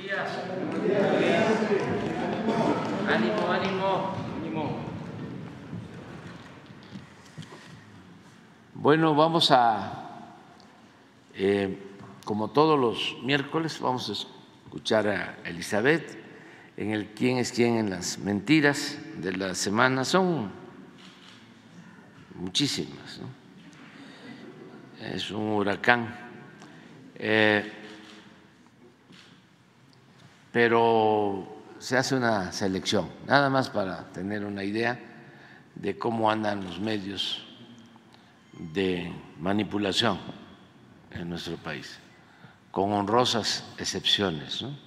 días. Buenos días. Ánimo, ánimo, ánimo. Bueno, vamos a, como todos los miércoles, vamos a escuchar a Elizabeth en el quién es quién en las mentiras de la semana. Son muchísimas, ¿no? Es un huracán. Pero se hace una selección, nada más para tener una idea de cómo andan los medios de manipulación en nuestro país, con honrosas excepciones, ¿no?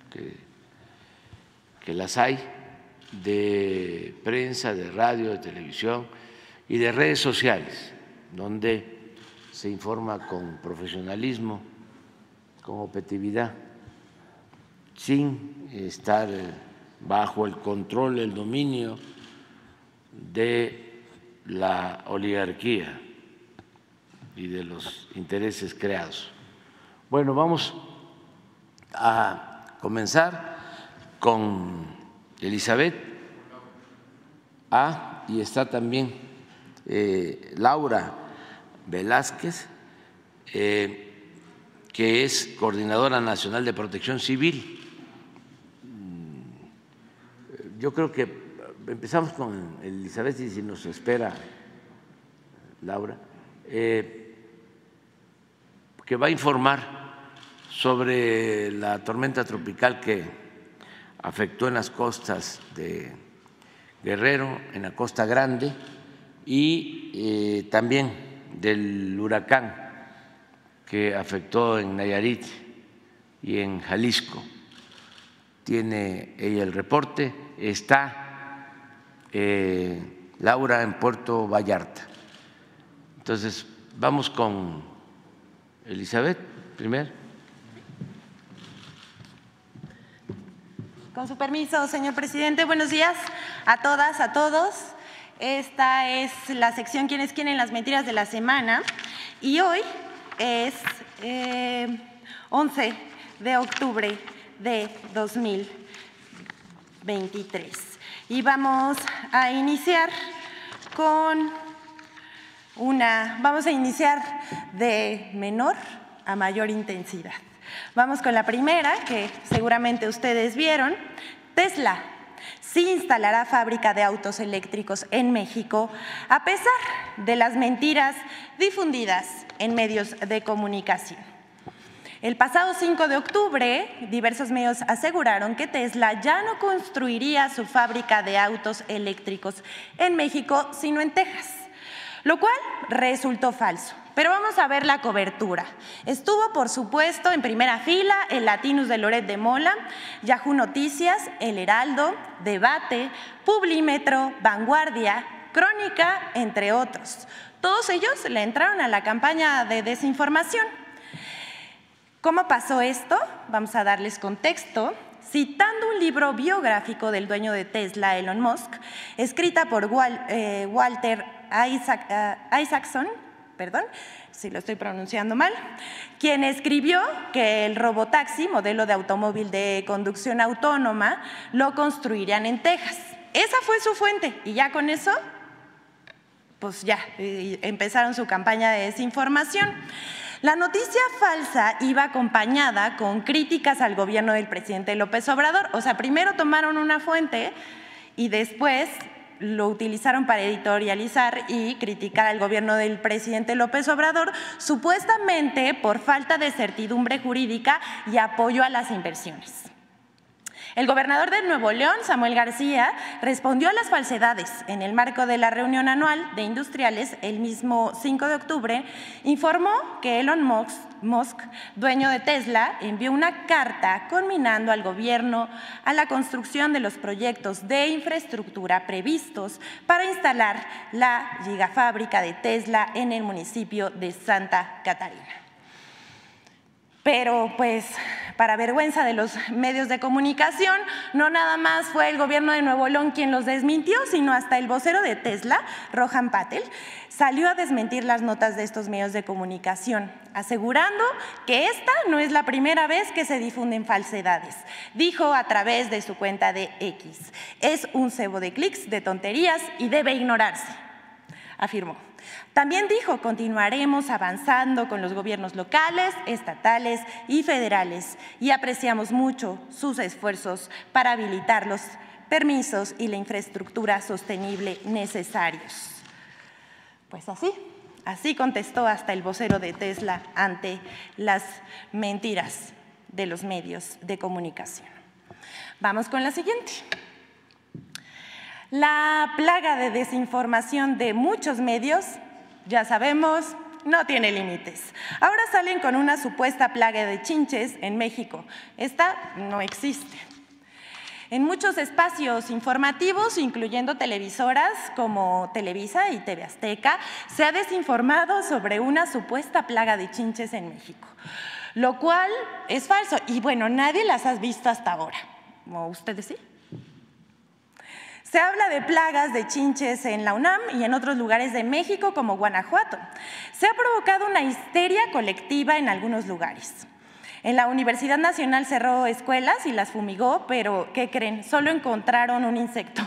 que las hay, de prensa, de radio, de televisión y de redes sociales, donde se informa con profesionalismo, con objetividad, sin estar bajo el control, el dominio de la oligarquía y de los intereses creados. Bueno, vamos a comenzar con Elizabeth. Y está también Laura Velázquez, que es Coordinadora Nacional de Protección Civil. Yo creo que empezamos con Elizabeth y si nos espera Laura, que va a informar sobre la tormenta tropical que afectó en las costas de Guerrero, en la Costa Grande, y también del huracán que afectó en Nayarit y en Jalisco. Tiene ella el reporte. Está Laura en Puerto Vallarta. Entonces, vamos con Elizabeth primero. Con su permiso, señor presidente, buenos días a todas, a todos. Esta es la sección ¿Quién es quién en las mentiras de la semana? Y hoy es 11 de octubre de 2023. Y vamos a iniciar de menor a mayor intensidad. Vamos con la primera, que seguramente ustedes vieron. Tesla sí instalará fábrica de autos eléctricos en México, a pesar de las mentiras difundidas en medios de comunicación. El pasado 5 de octubre, diversos medios aseguraron que Tesla ya no construiría su fábrica de autos eléctricos en México, sino en Texas, lo cual resultó falso. Pero vamos a ver la cobertura. Estuvo, por supuesto, en primera fila el Latinus de Loret de Mola, Yahoo Noticias, El Heraldo, Debate, Publímetro, Vanguardia, Crónica, entre otros. Todos ellos le entraron a la campaña de desinformación. ¿Cómo pasó esto? Vamos a darles contexto. Citando un libro biográfico del dueño de Tesla, Elon Musk, escrita por Walter Isaacson, perdón si lo estoy pronunciando mal, quien escribió que el robotaxi, modelo de automóvil de conducción autónoma, lo construirían en Texas. Esa fue su fuente y ya con eso, pues ya empezaron su campaña de desinformación. La noticia falsa iba acompañada con críticas al gobierno del presidente López Obrador. O sea, primero tomaron una fuente y después lo utilizaron para editorializar y criticar al gobierno del presidente López Obrador, supuestamente por falta de certidumbre jurídica y apoyo a las inversiones. El gobernador de Nuevo León, Samuel García, respondió a las falsedades en el marco de la reunión anual de industriales el mismo 5 de octubre. Informó que Elon Musk, dueño de Tesla, envió una carta conminando al gobierno a la construcción de los proyectos de infraestructura previstos para instalar la gigafábrica de Tesla en el municipio de Santa Catarina. Pero pues Para vergüenza de los medios de comunicación, no nada más fue el gobierno de Nuevo León quien los desmintió, sino hasta el vocero de Tesla, Rohan Patel, salió a desmentir las notas de estos medios de comunicación, asegurando que esta no es la primera vez que se difunden falsedades. Dijo a través de su cuenta de X: es un cebo de clics, de tonterías y debe ignorarse, afirmó. También dijo: continuaremos avanzando con los gobiernos locales, estatales y federales y apreciamos mucho sus esfuerzos para habilitar los permisos y la infraestructura sostenible necesarios. Pues así contestó hasta el vocero de Tesla ante las mentiras de los medios de comunicación. Vamos con la siguiente. La plaga de desinformación de muchos medios, ya sabemos, no tiene límites. Ahora salen con una supuesta plaga de chinches en México. Esta no existe. En muchos espacios informativos, incluyendo televisoras como Televisa y TV Azteca, se ha desinformado sobre una supuesta plaga de chinches en México, lo cual es falso. Y bueno, nadie las ha visto hasta ahora. ¿O ustedes sí? Se habla de plagas de chinches en la UNAM y en otros lugares de México como Guanajuato. Se ha provocado una histeria colectiva en algunos lugares. En la Universidad Nacional cerró escuelas y las fumigó, pero ¿qué creen? Solo encontraron un insecto.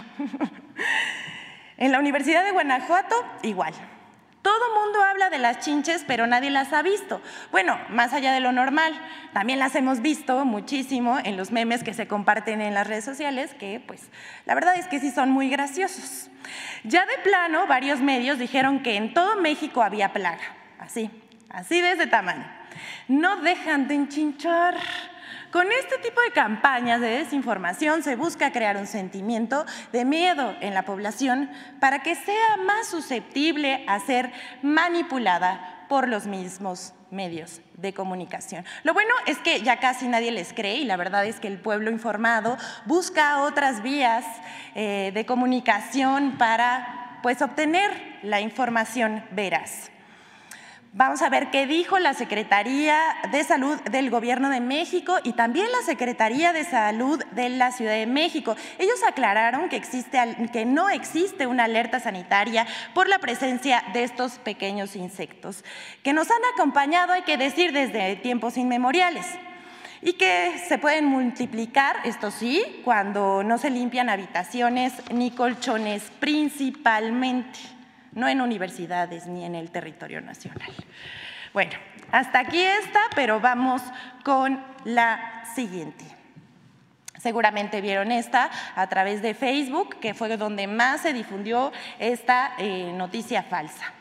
En la Universidad de Guanajuato, igual. Todo mundo habla de las chinches, pero nadie las ha visto. Bueno, más allá de lo normal, también las hemos visto muchísimo en los memes que se comparten en las redes sociales, que pues la verdad es que sí son muy graciosos. Ya de plano, varios medios dijeron que en todo México había plaga, así de ese tamaño. No dejan de enchinchar. Con este tipo de campañas de desinformación se busca crear un sentimiento de miedo en la población para que sea más susceptible a ser manipulada por los mismos medios de comunicación. Lo bueno es que ya casi nadie les cree y la verdad es que el pueblo informado busca otras vías de comunicación para pues, obtener la información veraz. Vamos a ver qué dijo la Secretaría de Salud del Gobierno de México y también la Secretaría de Salud de la Ciudad de México. Ellos aclararon que no existe una alerta sanitaria por la presencia de estos pequeños insectos, que nos han acompañado, hay que decir, desde tiempos inmemoriales, y que se pueden multiplicar, esto sí, cuando no se limpian habitaciones ni colchones principalmente. No en universidades ni en el territorio nacional. Bueno, hasta aquí está, pero vamos con la siguiente. Seguramente vieron esta a través de Facebook, que fue donde más se difundió esta noticia falsa.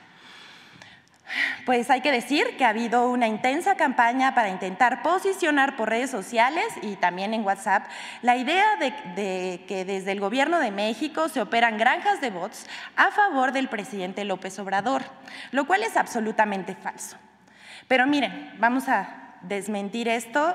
Pues hay que decir que ha habido una intensa campaña para intentar posicionar por redes sociales y también en WhatsApp la idea de que desde el Gobierno de México se operan granjas de bots a favor del presidente López Obrador, lo cual es absolutamente falso. Pero miren, vamos a desmentir esto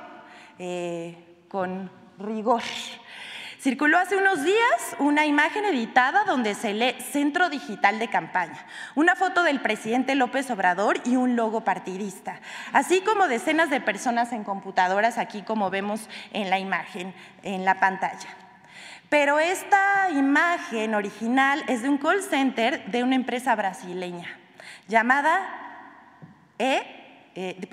con rigor. Circuló hace unos días una imagen editada donde se lee Centro Digital de Campaña, una foto del presidente López Obrador y un logo partidista, así como decenas de personas en computadoras, aquí como vemos en la imagen, en la pantalla. Pero esta imagen original es de un call center de una empresa brasileña llamada AEC.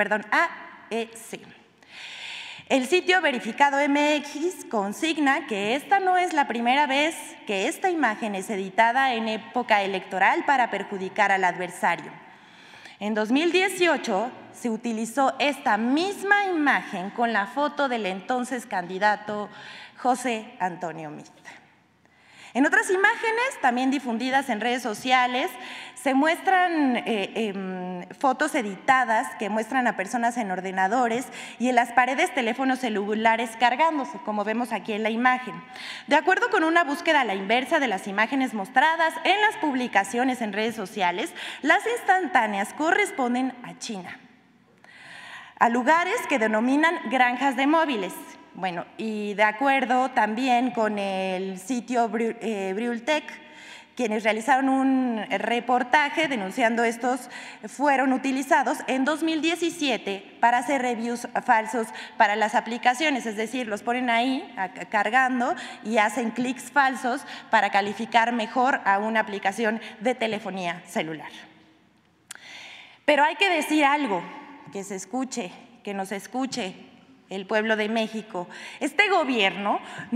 El sitio Verificado MX consigna que esta no es la primera vez que esta imagen es editada en época electoral para perjudicar al adversario. En 2018 se utilizó esta misma imagen con la foto del entonces candidato José Antonio Meade. En otras imágenes, también difundidas en redes sociales, se muestran fotos editadas que muestran a personas en ordenadores y en las paredes teléfonos celulares cargándose, como vemos aquí en la imagen. De acuerdo con una búsqueda a la inversa de las imágenes mostradas en las publicaciones en redes sociales, las instantáneas corresponden a China, a lugares que denominan granjas de móviles. Bueno, y de acuerdo también con el sitio Brultec, quienes realizaron un reportaje denunciando estos fueron utilizados en 2017 para hacer reviews falsos para las aplicaciones, es decir, los ponen ahí cargando y hacen clics falsos para calificar mejor a una aplicación de telefonía celular. Pero hay que decir algo, que se escuche, que nos escuche el pueblo de México. En este gobierno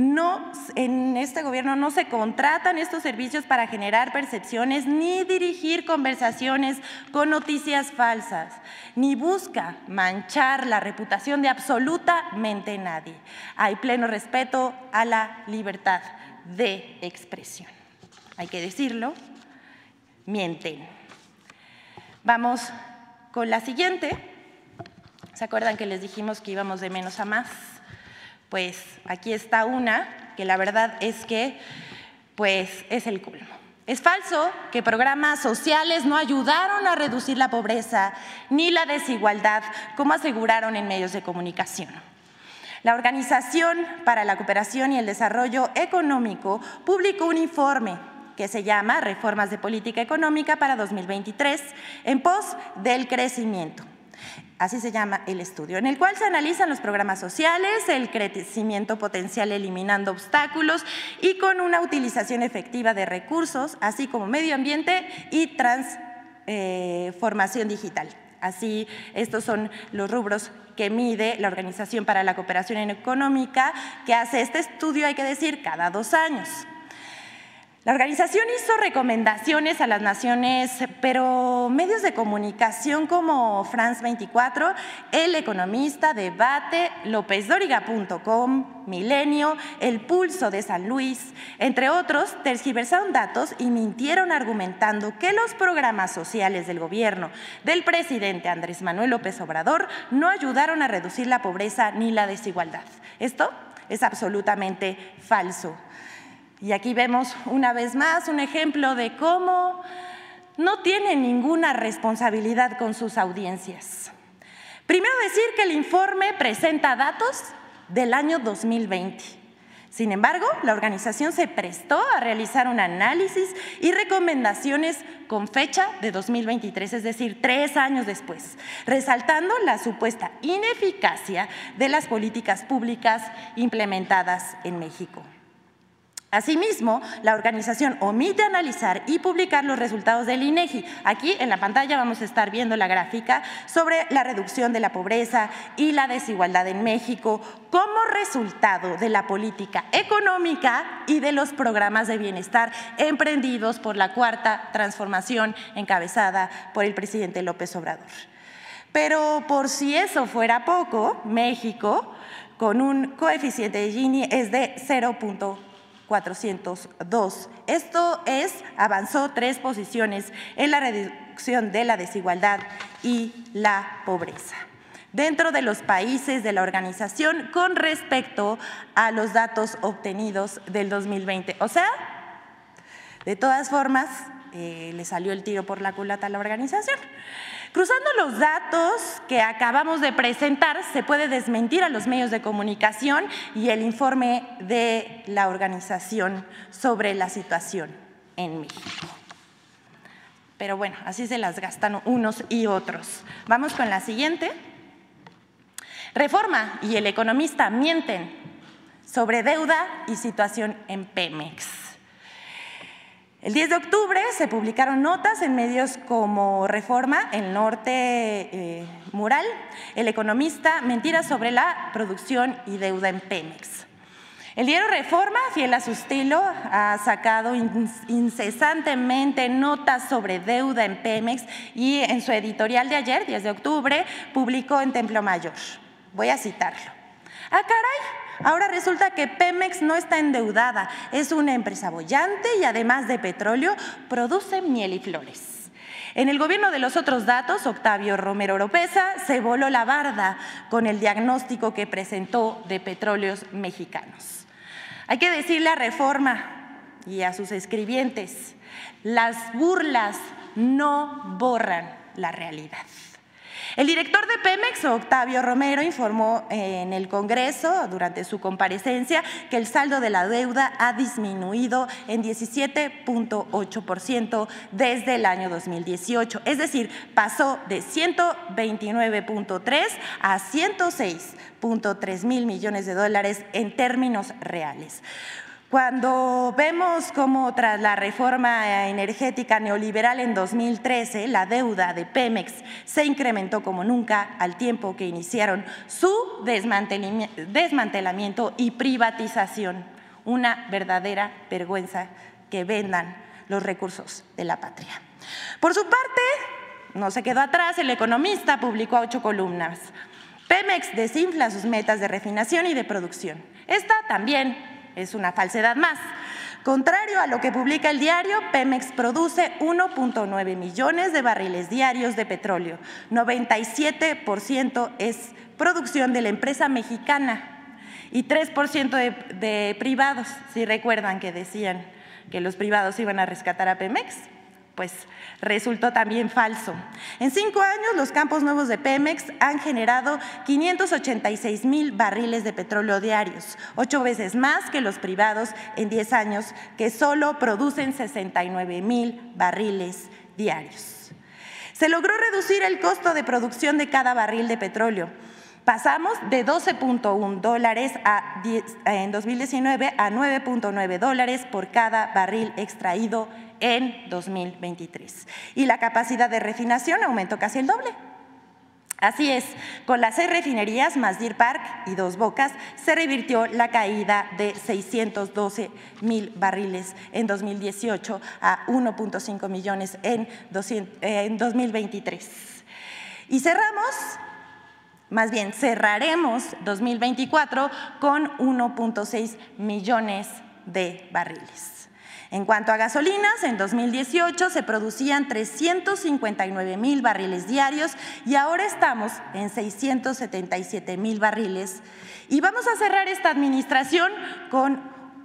no se contratan estos servicios para generar percepciones ni dirigir conversaciones con noticias falsas, ni busca manchar la reputación de absolutamente nadie. Hay pleno respeto a la libertad de expresión. Hay que decirlo, mienten. Vamos con la siguiente. ¿Se acuerdan que les dijimos que íbamos de menos a más? Pues aquí está una que la verdad es que pues es el colmo. Es falso que programas sociales no ayudaron a reducir la pobreza ni la desigualdad, como aseguraron en medios de comunicación. La Organización para la Cooperación y el Desarrollo Económico publicó un informe que se llama Reformas de Política Económica para 2023 en pos del crecimiento. Así se llama el estudio, en el cual se analizan los programas sociales, el crecimiento potencial eliminando obstáculos y con una utilización efectiva de recursos, así como medio ambiente y transformación digital. Así, estos son los rubros que mide la Organización para la Cooperación Económica, que hace este estudio, hay que decir, cada 2 años. La organización hizo recomendaciones a las naciones, pero medios de comunicación como France 24, El Economista, Debate, LópezDóriga.com, Milenio, El Pulso de San Luis, entre otros, tergiversaron datos y mintieron argumentando que los programas sociales del gobierno del presidente Andrés Manuel López Obrador no ayudaron a reducir la pobreza ni la desigualdad. Esto es absolutamente falso. Y aquí vemos una vez más un ejemplo de cómo no tienen ninguna responsabilidad con sus audiencias. Primero decir que el informe presenta datos del año 2020. Sin embargo, la organización se prestó a realizar un análisis y recomendaciones con fecha de 2023, es decir, 3 años después, resaltando la supuesta ineficacia de las políticas públicas implementadas en México. Asimismo, la organización omite analizar y publicar los resultados del INEGI. Aquí en la pantalla vamos a estar viendo la gráfica sobre la reducción de la pobreza y la desigualdad en México como resultado de la política económica y de los programas de bienestar emprendidos por la Cuarta Transformación encabezada por el presidente López Obrador. Pero por si eso fuera poco, México, con un coeficiente de Gini, es de 0.402. Esto es, avanzó 3 posiciones en la reducción de la desigualdad y la pobreza dentro de los países de la organización con respecto a los datos obtenidos del 2020. O sea, de todas formas, le salió el tiro por la culata a la organización. Cruzando los datos que acabamos de presentar, se puede desmentir a los medios de comunicación y el informe de la organización sobre la situación en México. Pero bueno, así se las gastan unos y otros. Vamos con la siguiente. Reforma y El Economista mienten sobre deuda y situación en Pemex. El 10 de octubre se publicaron notas en medios como Reforma, El Norte, Mural, El Economista, mentiras sobre la producción y deuda en Pemex. El diario Reforma, fiel a su estilo, ha sacado incesantemente notas sobre deuda en Pemex y en su editorial de ayer, 10 de octubre, publicó en Templo Mayor. Voy a citarlo. ¡Ah, caray! Ahora resulta que Pemex no está endeudada, es una empresa boyante y además de petróleo produce miel y flores. En el gobierno de los otros datos, Octavio Romero Oropeza se voló la barda con el diagnóstico que presentó de Petróleos Mexicanos. Hay que decirle a Reforma y a sus escribientes, las burlas no borran la realidad. El director de Pemex, Octavio Romero, informó en el Congreso durante su comparecencia que el saldo de la deuda ha disminuido en 17.8% desde el año 2018, es decir, pasó de 129.3 a 106.3 mil millones de dólares en términos reales. Cuando vemos cómo tras la reforma energética neoliberal en 2013, la deuda de Pemex se incrementó como nunca al tiempo que iniciaron su desmantelamiento y privatización. Una verdadera vergüenza que vendan los recursos de la patria. Por su parte, no se quedó atrás, El Economista publicó 8 columnas. Pemex desinfla sus metas de refinación y de producción. Esta también es una falsedad más. Contrario a lo que publica el diario, Pemex produce 1.9 millones de barriles diarios de petróleo. 97% es producción de la empresa mexicana y 3% de privados. Si recuerdan que decían que los privados iban a rescatar a Pemex, pues resultó también falso. En 5 años, los campos nuevos de Pemex han generado 586,000 barriles de petróleo diarios, 8 veces más que los privados en 10 años, que solo producen 69,000 barriles diarios. Se logró reducir el costo de producción de cada barril de petróleo. Pasamos de $12.1 en 2019 a $9.9 por cada barril extraído en 2023. Y la capacidad de refinación aumentó casi el doble. Así es, con las 6 refinerías más Deer Park y Dos Bocas se revirtió la caída de 612,000 barriles en 2018 a 1.5 millones en 2023. Y cerraremos 2024 con 1.6 millones de barriles. En cuanto a gasolinas, en 2018 se producían 359,000 barriles diarios y ahora estamos en 677,000 barriles. Y vamos a cerrar esta administración con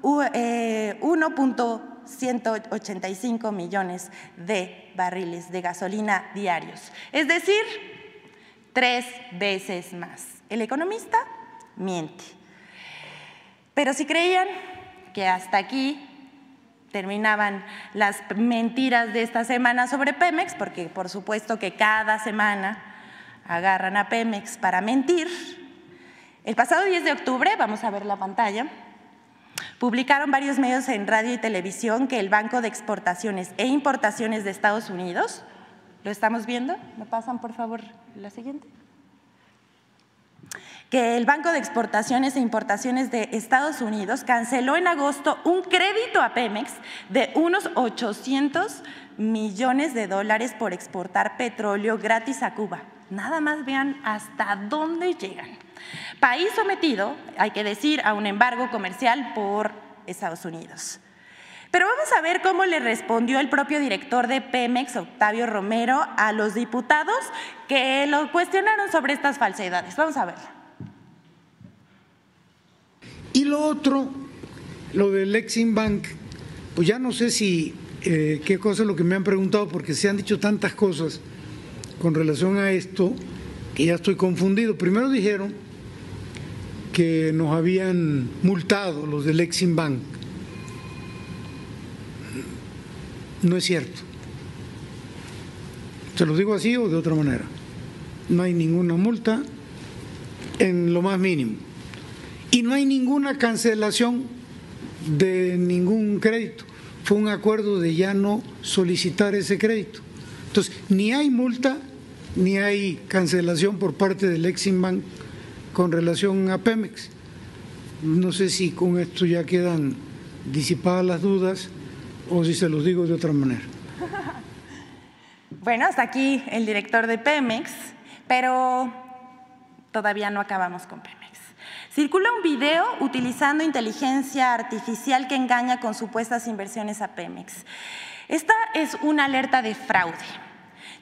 1.185 millones de barriles de gasolina diarios. Es decir, 3 veces más. El Economista miente. Pero si creían que hasta aquí terminaban las mentiras de esta semana sobre Pemex, porque por supuesto que cada semana agarran a Pemex para mentir, el pasado 10 de octubre, vamos a ver la pantalla, publicaron varios medios en radio y televisión que el Banco de Exportaciones e Importaciones de Estados Unidos, ¿lo estamos viendo? ¿Me pasan por favor la siguiente? Que el Banco de Exportaciones e Importaciones de Estados Unidos canceló en agosto un crédito a Pemex de unos 800 millones de dólares por exportar petróleo gratis a Cuba. Nada más vean hasta dónde llegan. País sometido, hay que decir, a un embargo comercial por Estados Unidos. Pero vamos a ver cómo le respondió el propio director de Pemex, Octavio Romero, a los diputados que lo cuestionaron sobre estas falsedades. Vamos a verlo. Y lo otro, lo del Exim Bank, pues ya no sé si qué cosa es lo que me han preguntado, porque se han dicho tantas cosas con relación a esto que ya estoy confundido. Primero dijeron que nos habían multado los del Exim Bank. No es cierto. ¿Se los digo así o de otra manera? No hay ninguna multa en lo más mínimo. Y no hay ninguna cancelación de ningún crédito. Fue un acuerdo de ya no solicitar ese crédito. Entonces, ni hay multa, ni hay cancelación por parte del Exim Bank con relación a Pemex. No sé si con esto ya quedan disipadas las dudas o si se los digo de otra manera. Bueno, hasta aquí el director de Pemex, pero todavía no acabamos con Pemex. Circula un video utilizando inteligencia artificial que engaña con supuestas inversiones a Pemex. Esta es una alerta de fraude.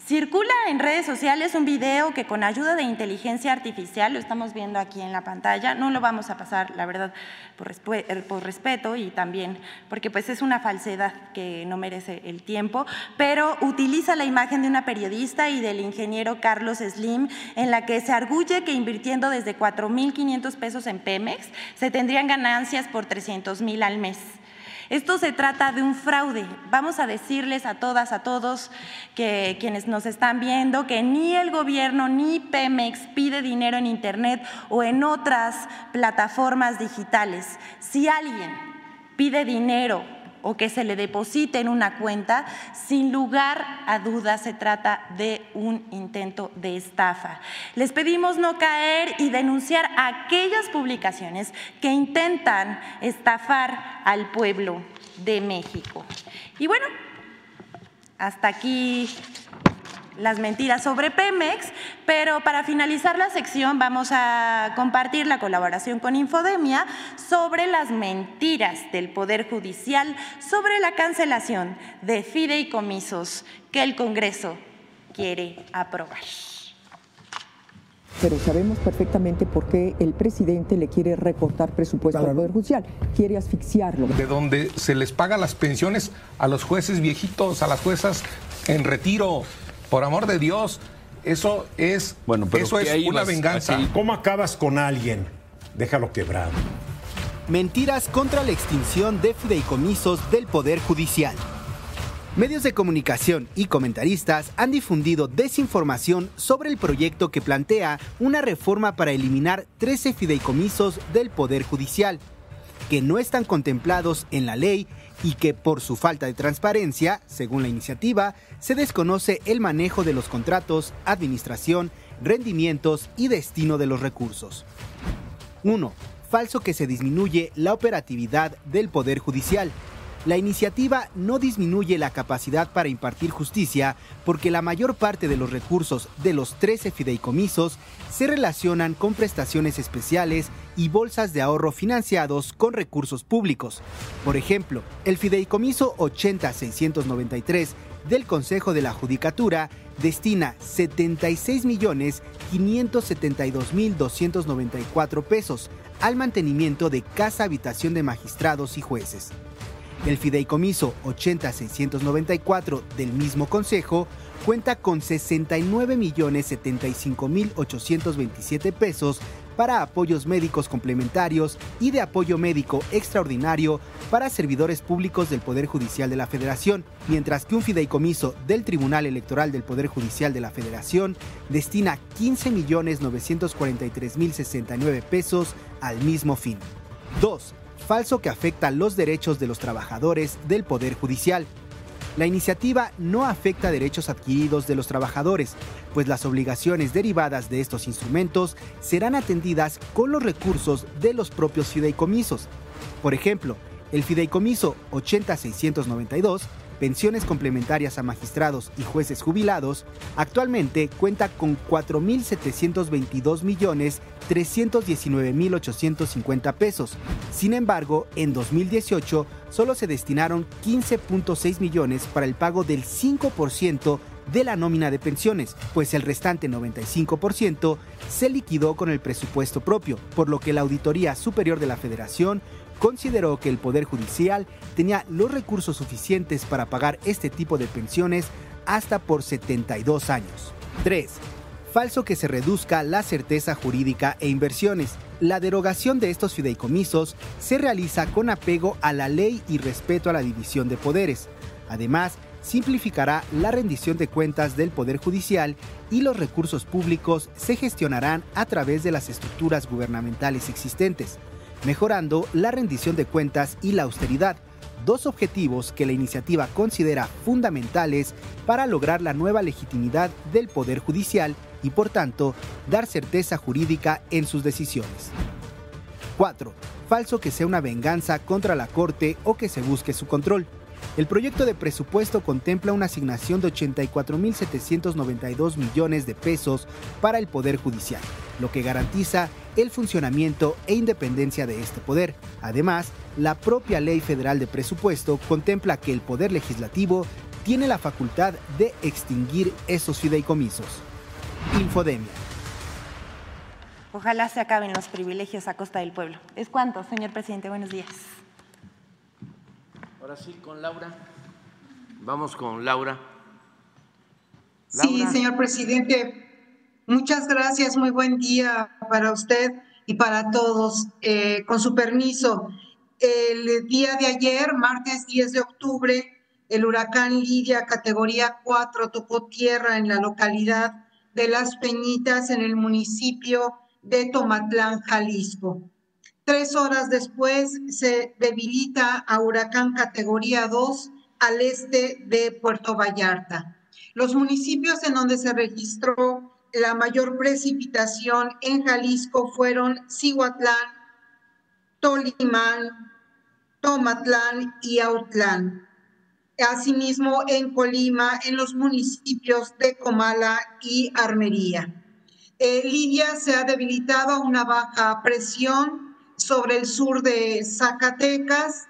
Circula en redes sociales un video que con ayuda de inteligencia artificial, lo estamos viendo aquí en la pantalla, no lo vamos a pasar, la verdad, por respeto y también porque pues es una falsedad que no merece el tiempo, pero utiliza la imagen de una periodista y del ingeniero Carlos Slim, en la que se arguye que invirtiendo desde 4,500 pesos en Pemex se tendrían ganancias por 300,000 al mes. Esto se trata de un fraude. Vamos a decirles a todas, a todos que quienes nos están viendo que ni el gobierno ni Pemex pide dinero en Internet o en otras plataformas digitales. Si alguien pide dinero o que se le deposite en una cuenta, sin lugar a dudas se trata de un intento de estafa. Les pedimos no caer y denunciar aquellas publicaciones que intentan estafar al pueblo de México. Y bueno, hasta aquí las mentiras sobre Pemex, pero para finalizar la sección vamos a compartir la colaboración con Infodemia sobre las mentiras del Poder Judicial sobre la cancelación de fideicomisos que el Congreso quiere aprobar. Pero sabemos perfectamente por qué el presidente le quiere recortar presupuesto al Poder Judicial, quiere asfixiarlo. De donde se les paga las pensiones a los jueces viejitos, a las juezas en retiro. Por amor de Dios, eso es, una venganza. Aquí. ¿Cómo acabas con alguien? Déjalo quebrado. Mentiras contra la extinción de fideicomisos del Poder Judicial. Medios de comunicación y comentaristas han difundido desinformación sobre el proyecto que plantea una reforma para eliminar 13 fideicomisos del Poder Judicial, que no están contemplados en la ley y que por su falta de transparencia, según la iniciativa, se desconoce el manejo de los contratos, administración, rendimientos y destino de los recursos. 1. Falso que se disminuye la operatividad del Poder Judicial. La iniciativa no disminuye la capacidad para impartir justicia porque la mayor parte de los recursos de los 13 fideicomisos se relacionan con prestaciones especiales y bolsas de ahorro financiados con recursos públicos. Por ejemplo, el fideicomiso 80-693 del Consejo de la Judicatura destina 76.572.294 pesos al mantenimiento de casa habitación de magistrados y jueces. El fideicomiso 80-694 del mismo Consejo cuenta con 69.075.827 pesos para apoyos médicos complementarios y de apoyo médico extraordinario para servidores públicos del Poder Judicial de la Federación, mientras que un fideicomiso del Tribunal Electoral del Poder Judicial de la Federación destina 15.943.069 pesos al mismo fin. 2. Falso que afecta los derechos de los trabajadores del Poder Judicial. La iniciativa no afecta derechos adquiridos de los trabajadores, pues las obligaciones derivadas de estos instrumentos serán atendidas con los recursos de los propios fideicomisos. Por ejemplo, el fideicomiso 80-692, pensiones complementarias a magistrados y jueces jubilados, actualmente cuenta con 4.722.319.850 pesos. Sin embargo, en 2018 solo se destinaron 15.6 millones para el pago del 5% de la nómina de pensiones, pues el restante 95% se liquidó con el presupuesto propio, por lo que la Auditoría Superior de la Federación consideró que el Poder Judicial tenía los recursos suficientes para pagar este tipo de pensiones hasta por 72 años. 3. Falso que se reduzca la certeza jurídica e inversiones. La derogación de estos fideicomisos se realiza con apego a la ley y respeto a la división de poderes. Además, simplificará la rendición de cuentas del Poder Judicial y los recursos públicos se gestionarán a través de las estructuras gubernamentales existentes, mejorando la rendición de cuentas y la austeridad, dos objetivos que la iniciativa considera fundamentales para lograr la nueva legitimidad del Poder Judicial y, por tanto, dar certeza jurídica en sus decisiones. 4. Falso que sea una venganza contra la Corte o que se busque su control. El proyecto de presupuesto contempla una asignación de 84.792 millones de pesos para el Poder Judicial, lo que garantiza el funcionamiento e independencia de este poder. Además, la propia Ley Federal de Presupuesto contempla que el Poder Legislativo tiene la facultad de extinguir esos fideicomisos. Infodemia. Ojalá se acaben los privilegios a costa del pueblo. ¿Es cuánto, señor presidente? Buenos días. Ahora sí, con Laura. Vamos con Laura. Sí, señor presidente. Muchas gracias. Muy buen día para usted y para todos. Con su permiso, el día de ayer, martes 10 de octubre, el huracán Lidia, categoría 4, tocó tierra en la localidad de Las Peñitas, en el municipio de Tomatlán, Jalisco. 3 horas después se debilita a huracán categoría 2 al este de Puerto Vallarta. Los municipios en donde se registró la mayor precipitación en Jalisco fueron Cihuatlán, Tolimán, Tomatlán y Autlán. Asimismo, en Colima, en los municipios de Comala y Armería. Lidia se ha debilitado a una baja presión sobre el sur de Zacatecas,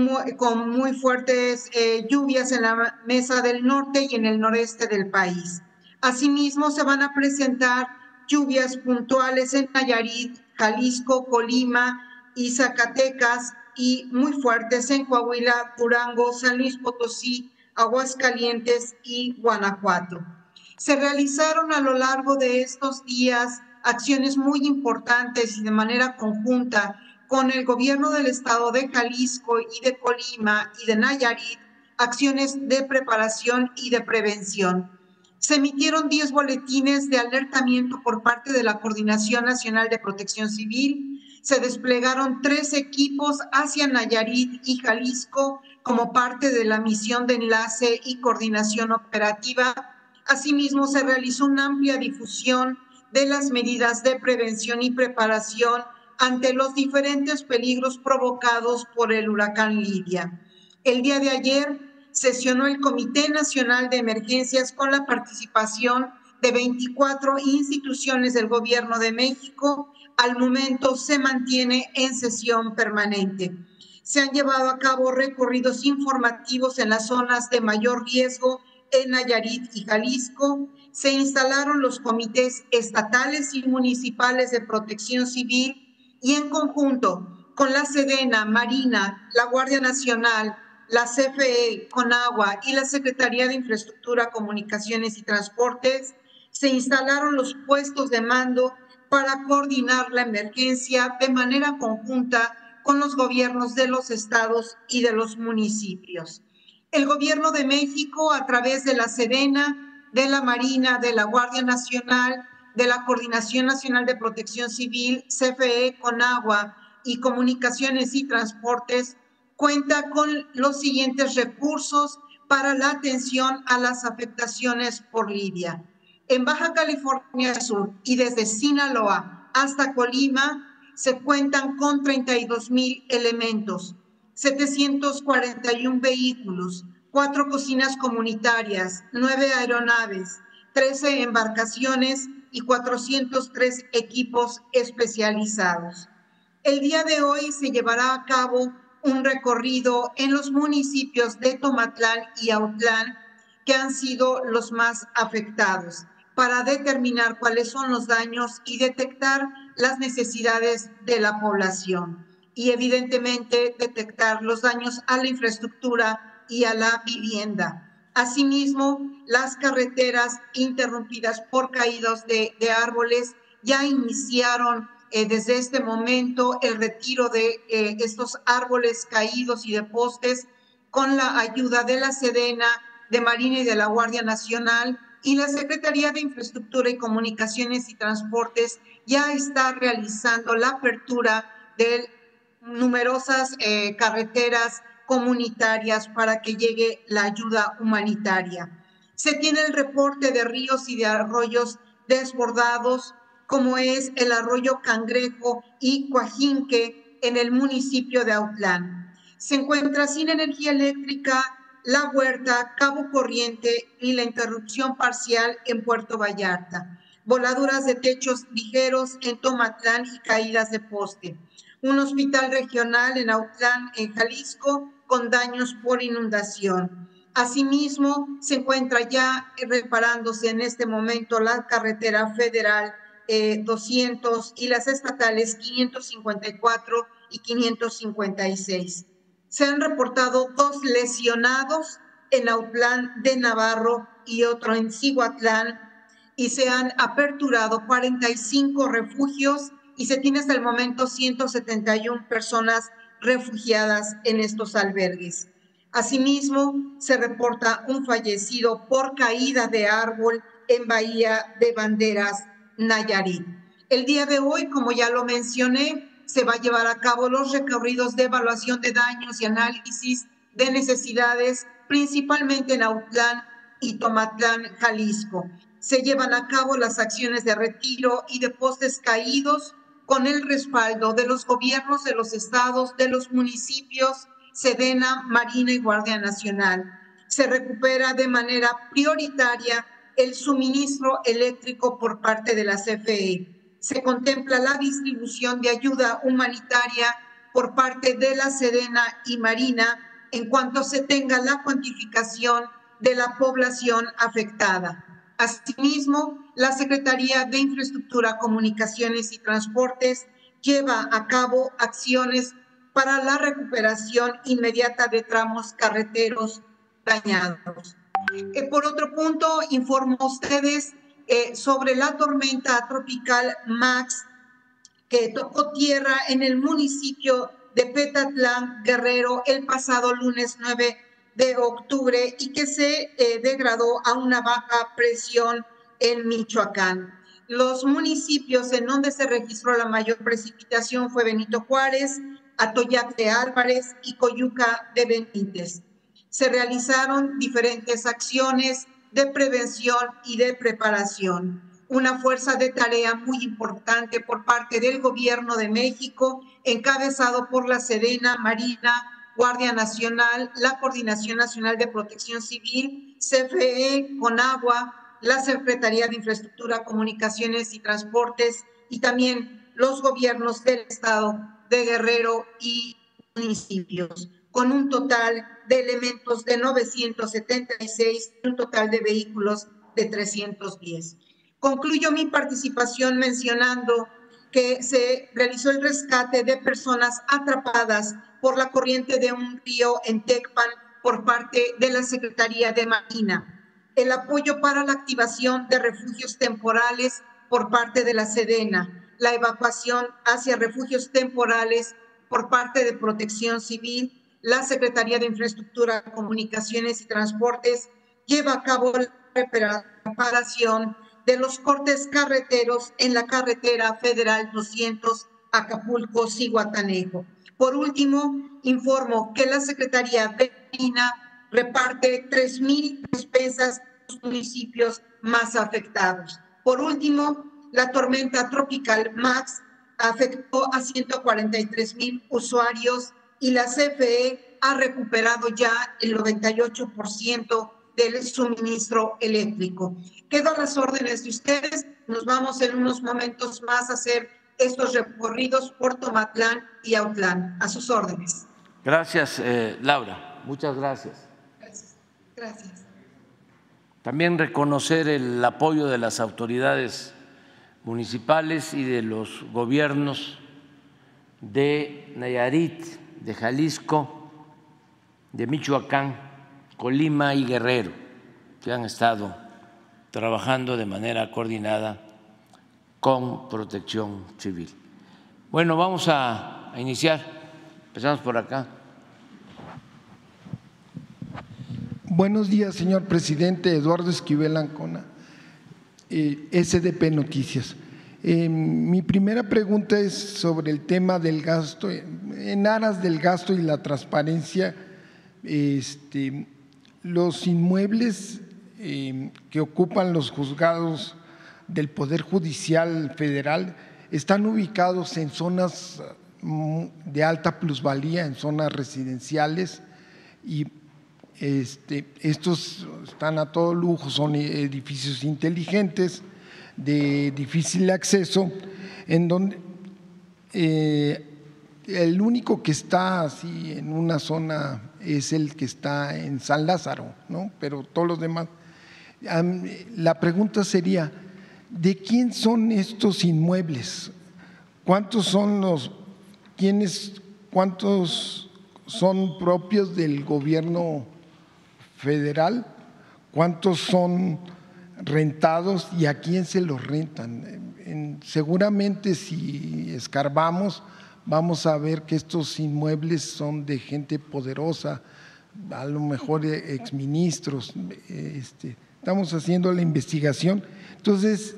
con muy fuertes lluvias en la mesa del norte y en el noreste del país. Asimismo, se van a presentar lluvias puntuales en Nayarit, Jalisco, Colima y Zacatecas, y muy fuertes en Coahuila, Durango, San Luis Potosí, Aguascalientes y Guanajuato. Se realizaron a lo largo de estos días acciones muy importantes y de manera conjunta con el gobierno del estado de Jalisco y de Colima y de Nayarit, acciones de preparación y de prevención. Se emitieron 10 boletines de alertamiento por parte de la Coordinación Nacional de Protección Civil. Se desplegaron 3 equipos hacia Nayarit y Jalisco como parte de la misión de enlace y coordinación operativa. Asimismo, se realizó una amplia difusión de las medidas de prevención y preparación ante los diferentes peligros provocados por el huracán Lidia. El día de ayer sesionó el Comité Nacional de Emergencias con la participación de 24 instituciones del Gobierno de México. Al momento se mantiene en sesión permanente. Se han llevado a cabo recorridos informativos en las zonas de mayor riesgo en Nayarit y Jalisco. Se instalaron los comités estatales y municipales de protección civil y en conjunto con la Sedena, Marina, la Guardia Nacional, la CFE, Conagua y la Secretaría de Infraestructura, Comunicaciones y Transportes, se instalaron los puestos de mando para coordinar la emergencia de manera conjunta con los gobiernos de los estados y de los municipios. El Gobierno de México, a través de la Sedena, de la Marina, de la Guardia Nacional, de la Coordinación Nacional de Protección Civil, CFE, Conagua y Comunicaciones y Transportes, cuenta con los siguientes recursos para la atención a las afectaciones por Lidia. En Baja California Sur y desde Sinaloa hasta Colima se cuentan con 32,000 elementos, 741 vehículos, 4 cocinas comunitarias, 9 aeronaves, 13 embarcaciones y 403 equipos especializados. El día de hoy se llevará a cabo un recorrido en los municipios de Tomatlán y Autlán, que han sido los más afectados, para determinar cuáles son los daños y detectar las necesidades de la población y evidentemente detectar los daños a la infraestructura y a la vivienda. Asimismo, las carreteras interrumpidas por caídas de árboles ya iniciaron desde este momento el retiro de estos árboles caídos y de postes con la ayuda de la Sedena, de Marina y de la Guardia Nacional, y la Secretaría de Infraestructura y Comunicaciones y Transportes ya está realizando la apertura de numerosas carreteras comunitarias para que llegue la ayuda humanitaria. Se tiene el reporte de ríos y de arroyos desbordados, como es el arroyo Cangrejo y Coajinque en el municipio de Autlán. Se encuentra sin energía eléctrica La Huerta, Cabo Corriente y la interrupción parcial en Puerto Vallarta. Voladuras de techos ligeros en Tomatlán y caídas de poste. Un hospital regional en Autlán, en Jalisco, con daños por inundación. Asimismo, se encuentra ya reparándose en este momento la carretera federal 200 y las estatales 554 y 556. Se han reportado 2 lesionados en Autlán de Navarro y otro en Cihuatlán, y se han aperturado 45 refugios y se tiene hasta el momento 171 personas refugiadas en estos albergues. Asimismo, se reporta un fallecido por caída de árbol en Bahía de Banderas, Nayarit. El día de hoy, como ya lo mencioné, se va a llevar a cabo los recorridos de evaluación de daños y análisis de necesidades, principalmente en Autlán y Tomatlán, Jalisco. Se llevan a cabo las acciones de retiro y de postes caídos con el respaldo de los gobiernos de los estados, de los municipios, Sedena, Marina y Guardia Nacional. Se recupera de manera prioritaria el suministro eléctrico por parte de la CFE. Se contempla la distribución de ayuda humanitaria por parte de la Sedena y Marina en cuanto se tenga la cuantificación de la población afectada. Asimismo, la Secretaría de Infraestructura, Comunicaciones y Transportes lleva a cabo acciones para la recuperación inmediata de tramos carreteros dañados. Por otro punto, informo a ustedes sobre la tormenta tropical Max que tocó tierra en el municipio de Petatlán, Guerrero, el pasado lunes 9 de octubre y que se degradó a una baja presión en Michoacán. Los municipios en donde se registró la mayor precipitación fue Benito Juárez, Atoyac de Álvarez y Coyuca de Benítez. Se realizaron diferentes acciones de prevención y de preparación. Una fuerza de tarea muy importante por parte del Gobierno de México, encabezado por la Sedena, Marina, Guardia Nacional, la Coordinación Nacional de Protección Civil, CFE, Conagua, la Secretaría de Infraestructura, Comunicaciones y Transportes y también los gobiernos del Estado de Guerrero y municipios, con un total de elementos de 976 y un total de vehículos de 310. Concluyo mi participación mencionando que se realizó el rescate de personas atrapadas por la corriente de un río en Tecpan por parte de la Secretaría de Marina, el apoyo para la activación de refugios temporales por parte de la Sedena, la evacuación hacia refugios temporales por parte de Protección Civil, la Secretaría de Infraestructura, Comunicaciones y Transportes lleva a cabo la reparación de los cortes carreteros en la carretera federal 200 Acapulco-Zihuatanejo. Por último, informo que la Secretaría de Marina reparte 3,000 despensas a los municipios más afectados. Por último, la tormenta tropical Max afectó a 143,000 usuarios y la CFE ha recuperado ya el 98% del suministro eléctrico. Quedo a las órdenes de ustedes. Nos vamos en unos momentos más a hacer estos recorridos por Tomatlán y Autlán. A sus órdenes. Gracias, Laura. Muchas gracias. Gracias. También reconocer el apoyo de las autoridades municipales y de los gobiernos de Nayarit, de Jalisco, de Michoacán, Colima y Guerrero, que han estado trabajando de manera coordinada con Protección Civil. Bueno, vamos a iniciar. Empezamos por acá. Buenos días, señor presidente. Eduardo Esquivel Ancona, SDP Noticias. Mi primera pregunta es sobre el tema del gasto. En aras del gasto y la transparencia, los inmuebles que ocupan los juzgados del Poder Judicial Federal están ubicados en zonas de alta plusvalía, en zonas residenciales, y estos están a todo lujo, son edificios inteligentes de difícil acceso, en donde el único que está así en una zona es el que está en San Lázaro, ¿no? Pero todos los demás. La pregunta sería, ¿de quién son estos inmuebles? ¿Cuántos son cuántos son propios del gobierno federal? ¿Cuántos son rentados y a quién se los rentan? Seguramente si escarbamos vamos a ver que estos inmuebles son de gente poderosa, a lo mejor exministros. Estamos haciendo la investigación. Entonces,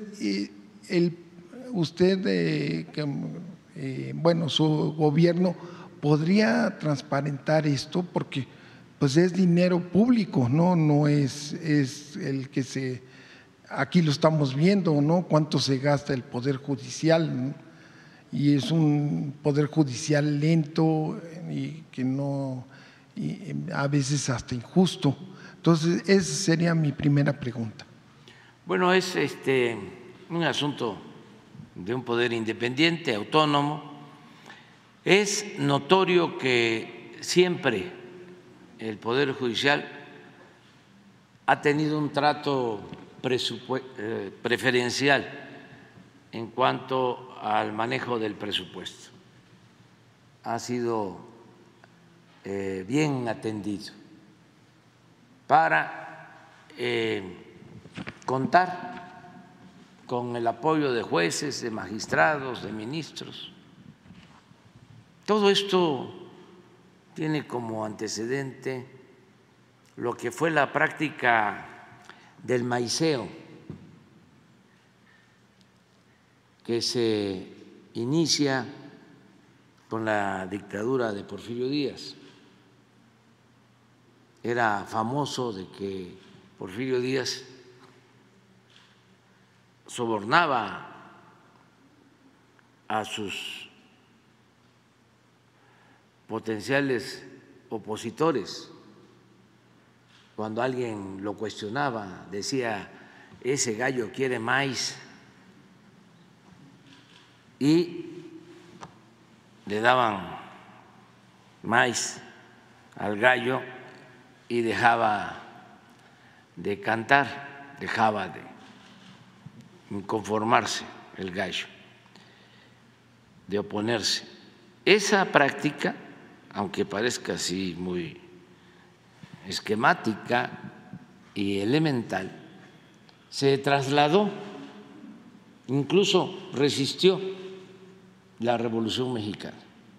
usted, bueno, su gobierno podría transparentar esto porque pues es dinero público, no es el que aquí lo estamos viendo, ¿no? Cuánto se gasta el Poder Judicial, ¿no? Y es un Poder Judicial lento y que no, y a veces hasta injusto. Entonces, esa sería mi primera pregunta. Bueno, es un asunto de un poder independiente, autónomo. Es notorio que siempre el Poder Judicial ha tenido un trato preferencial en cuanto al manejo del presupuesto. Ha sido bien atendido para contar con el apoyo de jueces, de magistrados, de ministros. Todo esto tiene como antecedente lo que fue la práctica del maiceo, que se inicia con la dictadura de Porfirio Díaz. Era famoso de que Porfirio Díaz sobornaba a sus potenciales opositores. Cuando alguien lo cuestionaba, decía, ese gallo quiere maíz, y le daban maíz al gallo y dejaba de cantar, dejaba de inconformarse el gallo, de oponerse. Esa práctica, aunque parezca así muy esquemática y elemental, se trasladó, incluso resistió la Revolución Mexicana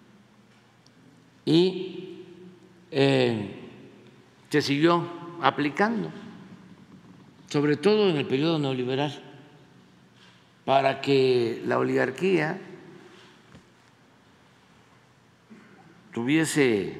y se siguió aplicando, sobre todo en el periodo neoliberal, para que la oligarquía tuviese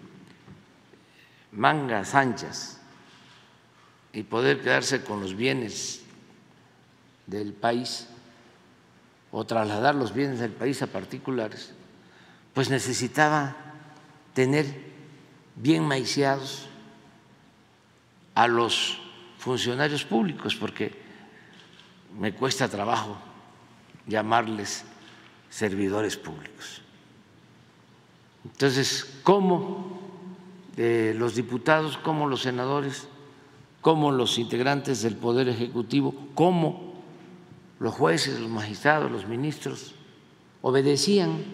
mangas anchas y poder quedarse con los bienes del país o trasladar los bienes del país a particulares, pues necesitaba tener bien maiciados a los funcionarios públicos, porque me cuesta trabajo llamarles servidores públicos. Entonces, ¿cómo los diputados, como los senadores, como los integrantes del Poder Ejecutivo, como los jueces, los magistrados, los ministros obedecían?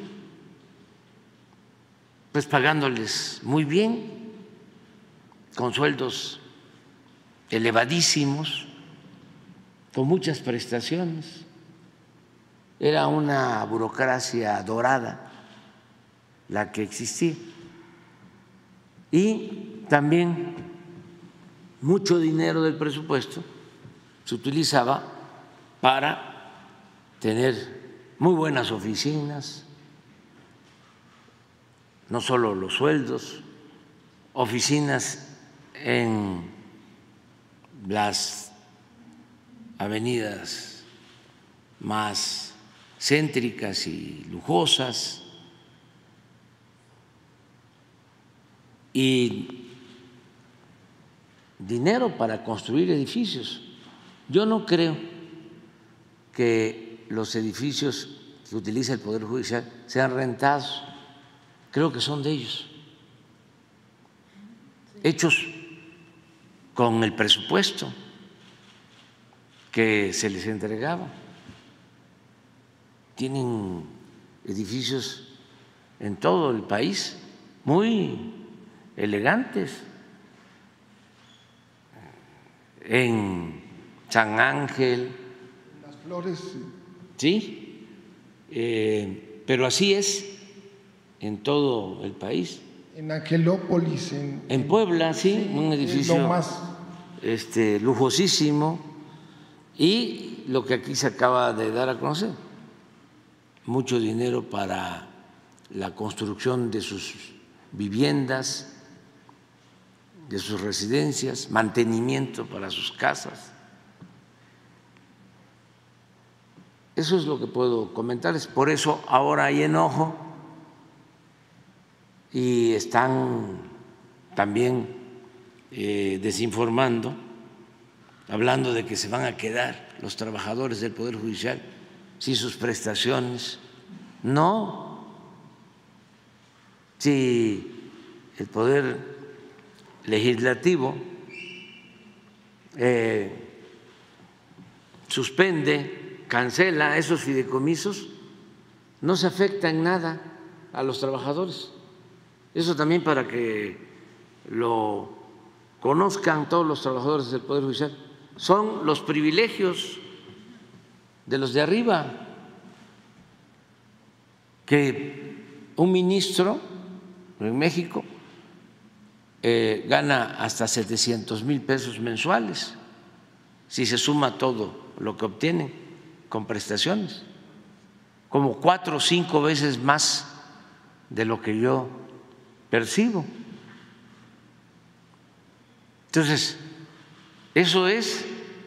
Pues pagándoles muy bien, con sueldos elevadísimos, con muchas prestaciones. Era una burocracia dorada la que existía. Y también mucho dinero del presupuesto se utilizaba para tener muy buenas oficinas, no solo los sueldos, oficinas en las avenidas más céntricas y lujosas, y dinero para construir edificios. Yo no creo que los edificios que utiliza el Poder Judicial sean rentados creo que son de ellos, hechos con el presupuesto que se les entregaba. Tienen edificios en todo el país muy elegantes, en San Ángel, Las Flores, sí, pero así es en todo el país. En Angelópolis, en Puebla, sí, un edificio lo más lujosísimo, y lo que aquí se acaba de dar a conocer, mucho dinero para la construcción de sus viviendas, de sus residencias, mantenimiento para sus casas. Eso es lo que puedo comentarles. Por eso ahora hay enojo y están también desinformando, hablando de que se van a quedar los trabajadores del Poder Judicial sin sus prestaciones. No, si el Poder Legislativo suspende, cancela esos fideicomisos, no se afecta en nada a los trabajadores. Eso también para que lo conozcan todos los trabajadores del Poder Judicial. Son los privilegios de los de arriba, que un ministro en México gana hasta 700,000 pesos mensuales si se suma todo lo que obtienen con prestaciones, como 4 o 5 veces más de lo que yo percibo. Entonces, eso es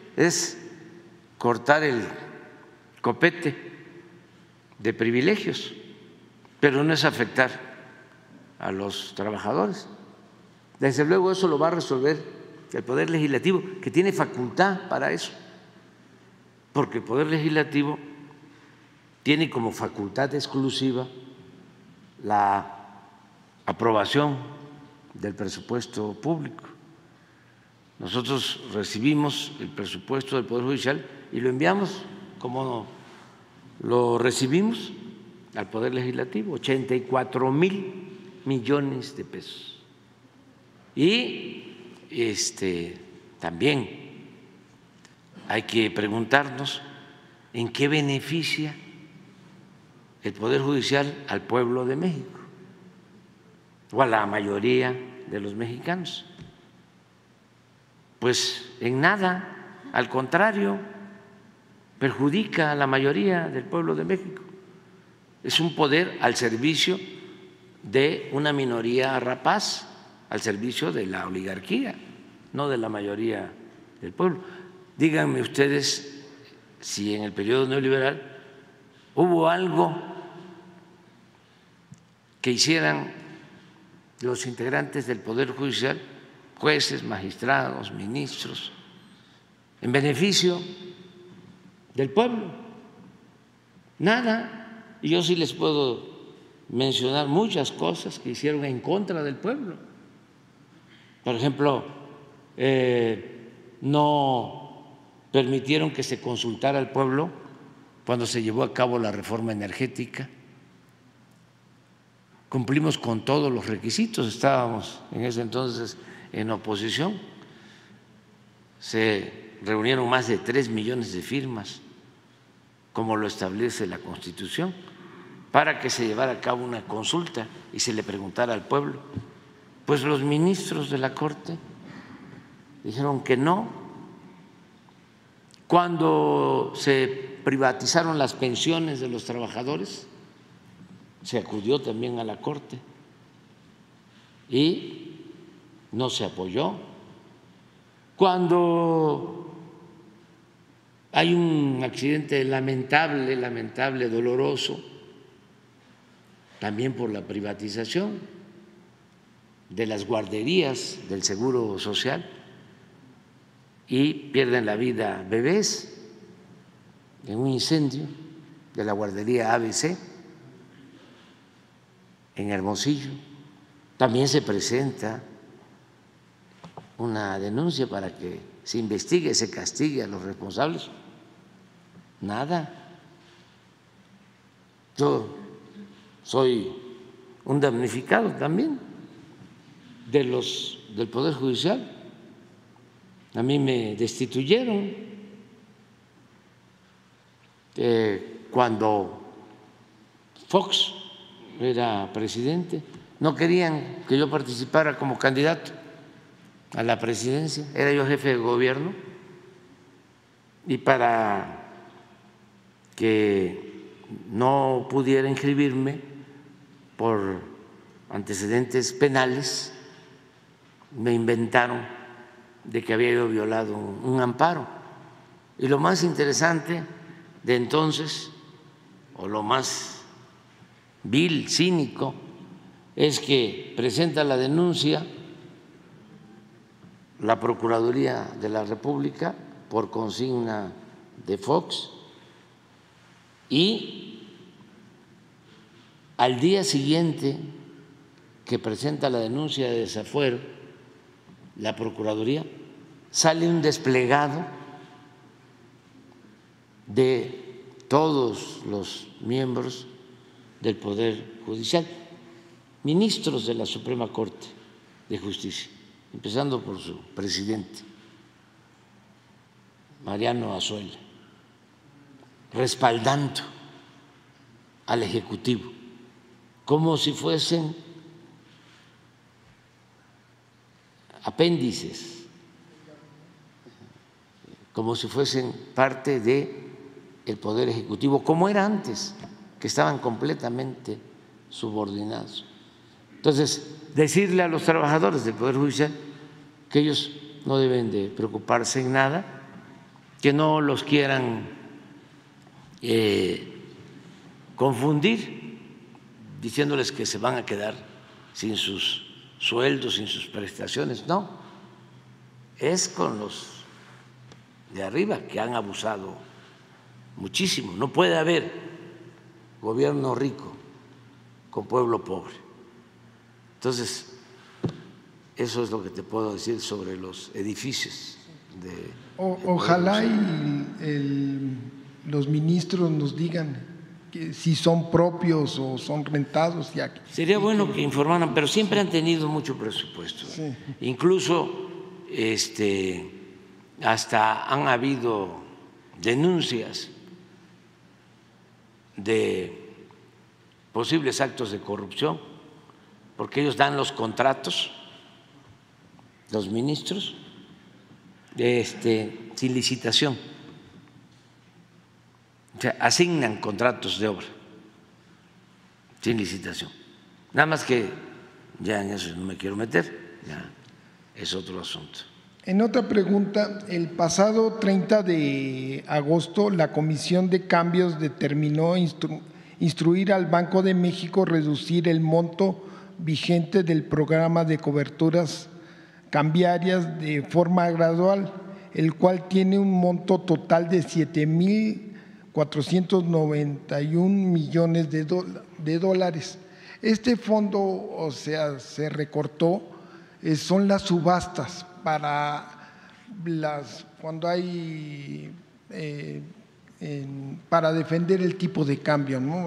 cortar el copete de privilegios, pero no es afectar a los trabajadores. Desde luego eso lo va a resolver el Poder Legislativo, que tiene facultad para eso, porque el Poder Legislativo tiene como facultad exclusiva la aprobación del presupuesto público. Nosotros recibimos el presupuesto del Poder Judicial y lo enviamos como lo recibimos al Poder Legislativo, 84,000 millones de pesos. Y también hay que preguntarnos en qué beneficia el Poder Judicial al pueblo de México o a la mayoría de los mexicanos. Pues en nada, al contrario, perjudica a la mayoría del pueblo de México. Es un poder al servicio de una minoría rapaz, al servicio de la oligarquía, no de la mayoría del pueblo. Díganme ustedes si en el periodo neoliberal hubo algo que hicieran los integrantes del Poder Judicial, jueces, magistrados, ministros, en beneficio del pueblo. Nada. Y yo sí les puedo mencionar muchas cosas que hicieron en contra del pueblo. Por ejemplo, no permitieron que se consultara al pueblo cuando se llevó a cabo la reforma energética. Cumplimos con todos los requisitos, estábamos en ese entonces en oposición. Se reunieron más de 3 millones de firmas, como lo establece la Constitución, para que se llevara a cabo una consulta y se le preguntara al pueblo. Pues los ministros de la Corte dijeron que no. Cuando se privatizaron las pensiones de los trabajadores, se acudió también a la Corte y no se apoyó. Cuando hay un accidente lamentable, doloroso, también por la privatización de las guarderías del Seguro Social, y pierden la vida bebés en un incendio de la guardería ABC, en Hermosillo. También se presenta una denuncia para que se investigue, se castigue a los responsables. Nada. Yo soy un damnificado también del Poder Judicial. A mí me destituyeron cuando Fox era presidente. No querían que yo participara como candidato a la presidencia. Era yo jefe de gobierno y para que no pudiera inscribirme por antecedentes penales, me inventaron de que había yo violado un amparo. Y lo más interesante de entonces, o lo más vil, cínico, es que presenta la denuncia la Procuraduría de la República por consigna de Fox y al día siguiente que presenta la denuncia de desafuero, la Procuraduría, sale un desplegado de todos los miembros del Poder Judicial, ministros de la Suprema Corte de Justicia, empezando por su presidente, Mariano Azuela, respaldando al Ejecutivo, como si fuesen apéndices, como si fuesen parte del Poder Ejecutivo, como era antes, que estaban completamente subordinados. Entonces, decirle a los trabajadores del Poder Judicial que ellos no deben de preocuparse en nada, que no los quieran confundir, diciéndoles que se van a quedar sin sus sueldos, sin sus prestaciones. No, es con los de arriba que han abusado muchísimo. No puede haber gobierno rico con pueblo pobre. Entonces, eso es lo que te puedo decir sobre los edificios de ojalá y los ministros nos digan que si son propios o son rentados. Sería bueno que informaran, pero siempre han tenido mucho presupuesto. Sí. Incluso hasta han habido denuncias de posibles actos de corrupción, porque ellos dan los contratos, los ministros, sin licitación. O sea, asignan contratos de obra sin licitación. Nada más que ya en eso no me quiero meter, ya es otro asunto. En otra pregunta, el pasado 30 de agosto la Comisión de Cambios determinó instruir al Banco de México reducir el monto vigente del programa de coberturas cambiarias de forma gradual, el cual tiene un monto total de 7.491 millones de dólares. Este fondo, o sea, se recortó, son las subastas para cuando hay para defender el tipo de cambio, ¿no?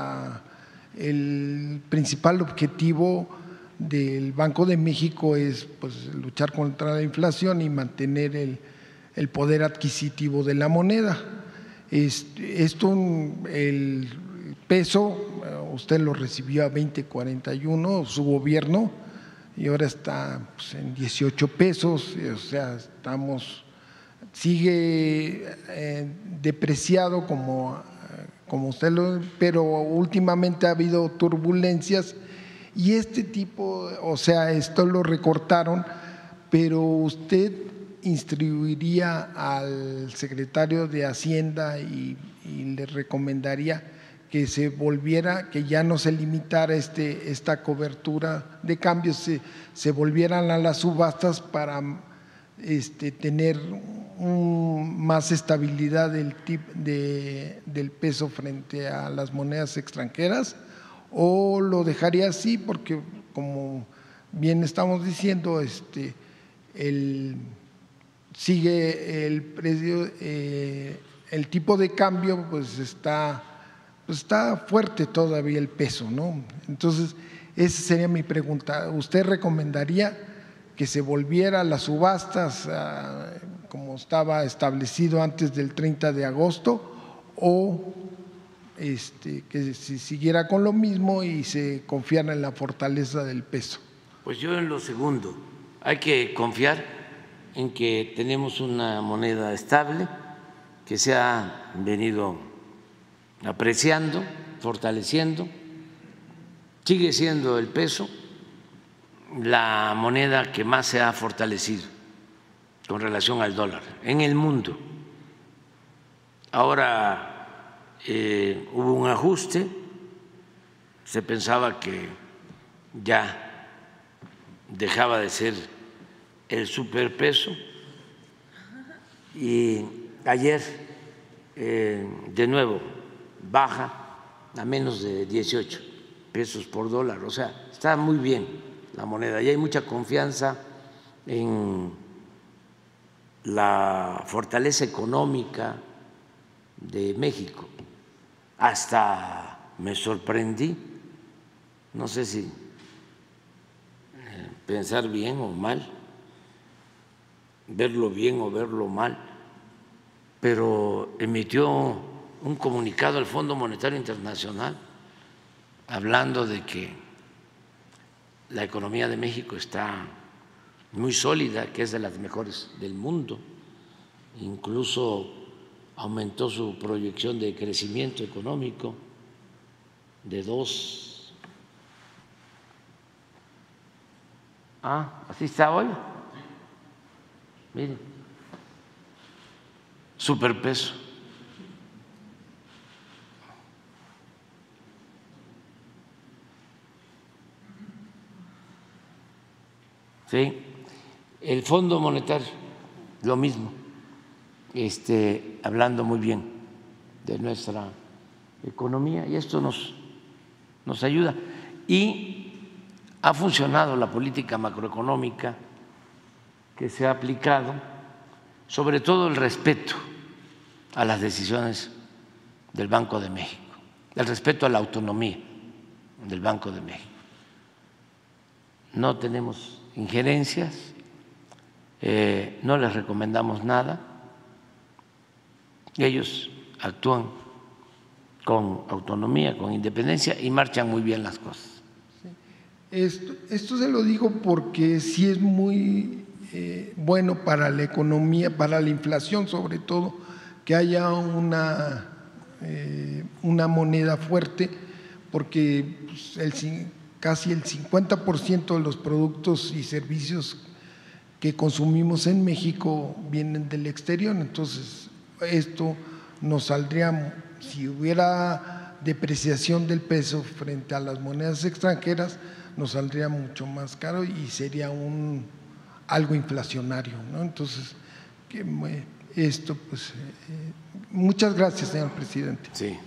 El principal objetivo del Banco de México es pues, luchar contra la inflación y mantener el poder adquisitivo de la moneda. El peso, usted lo recibió a 20.41, su gobierno, y ahora está pues, en 18 pesos, o sea, sigue depreciado como usted pero últimamente ha habido turbulencias y o sea, esto lo recortaron, pero usted instruiría al secretario de Hacienda y le recomendaría que se volviera, que ya no se limitara esta cobertura de cambios, se volvieran a las subastas para tener más estabilidad del peso frente a las monedas extranjeras, o lo dejaría así porque, como bien estamos diciendo, sigue el precio, el tipo de cambio, pues está fuerte todavía el peso, ¿no? Entonces, esa sería mi pregunta. ¿Usted recomendaría que se volviera a las subastas como estaba establecido antes del 30 de agosto o que se siguiera con lo mismo y se confiara en la fortaleza del peso? Pues yo en lo segundo, hay que confiar en que tenemos una moneda estable que se ha venido apreciando, fortaleciendo, sigue siendo el peso la moneda que más se ha fortalecido con relación al dólar en el mundo. Ahora hubo un ajuste, se pensaba que ya dejaba de ser el superpeso y ayer de nuevo baja a menos de 18 pesos por dólar, o sea, está muy bien la moneda y hay mucha confianza en la fortaleza económica de México. Hasta me sorprendí, no sé si pensar bien o mal, verlo bien o verlo mal, pero emitió un comunicado al Fondo Monetario Internacional hablando de que la economía de México está muy sólida, que es de las mejores del mundo, incluso aumentó su proyección de crecimiento económico de 2. Así está hoy. Miren, superpeso. Sí, el Fondo Monetario, lo mismo, hablando muy bien de nuestra economía y esto nos ayuda. Y ha funcionado la política macroeconómica que se ha aplicado, sobre todo el respeto a las decisiones del Banco de México, el respeto a la autonomía del Banco de México. No tenemos injerencias, no les recomendamos nada, ellos actúan con autonomía, con independencia y marchan muy bien las cosas. Esto se lo digo porque sí es muy bueno para la economía, para la inflación sobre todo, que haya una moneda fuerte, porque casi el 50% de los productos y servicios que consumimos en México vienen del exterior. Entonces, esto nos saldría, si hubiera depreciación del peso frente a las monedas extranjeras, nos saldría mucho más caro y sería algo inflacionario, ¿no? Entonces, muchas gracias, señor presidente. Sí.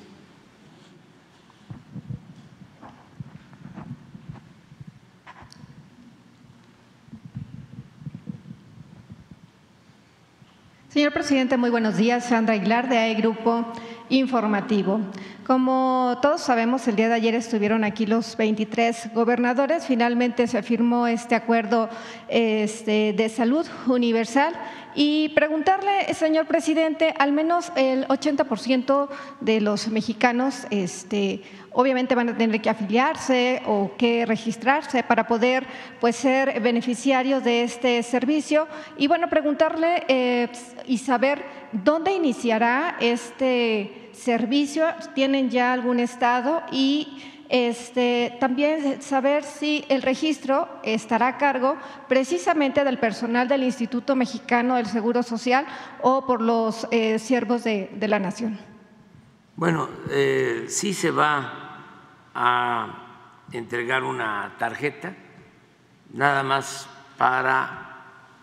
Señor presidente, muy buenos días. Sandra Aguilar, de AE Grupo Informativo. Como todos sabemos, el día de ayer estuvieron aquí los 23 gobernadores. Finalmente se firmó este acuerdo de salud universal. Y preguntarle, señor presidente, al menos el 80% de los mexicanos obviamente van a tener que afiliarse o que registrarse para poder ser beneficiarios de este servicio. Y bueno, preguntarle y saber dónde iniciará este servicio. ¿Tienen ya algún estado? Y también saber si el registro estará a cargo precisamente del personal del Instituto Mexicano del Seguro Social o por los siervos de la nación. Bueno, sí se va a entregar una tarjeta, nada más para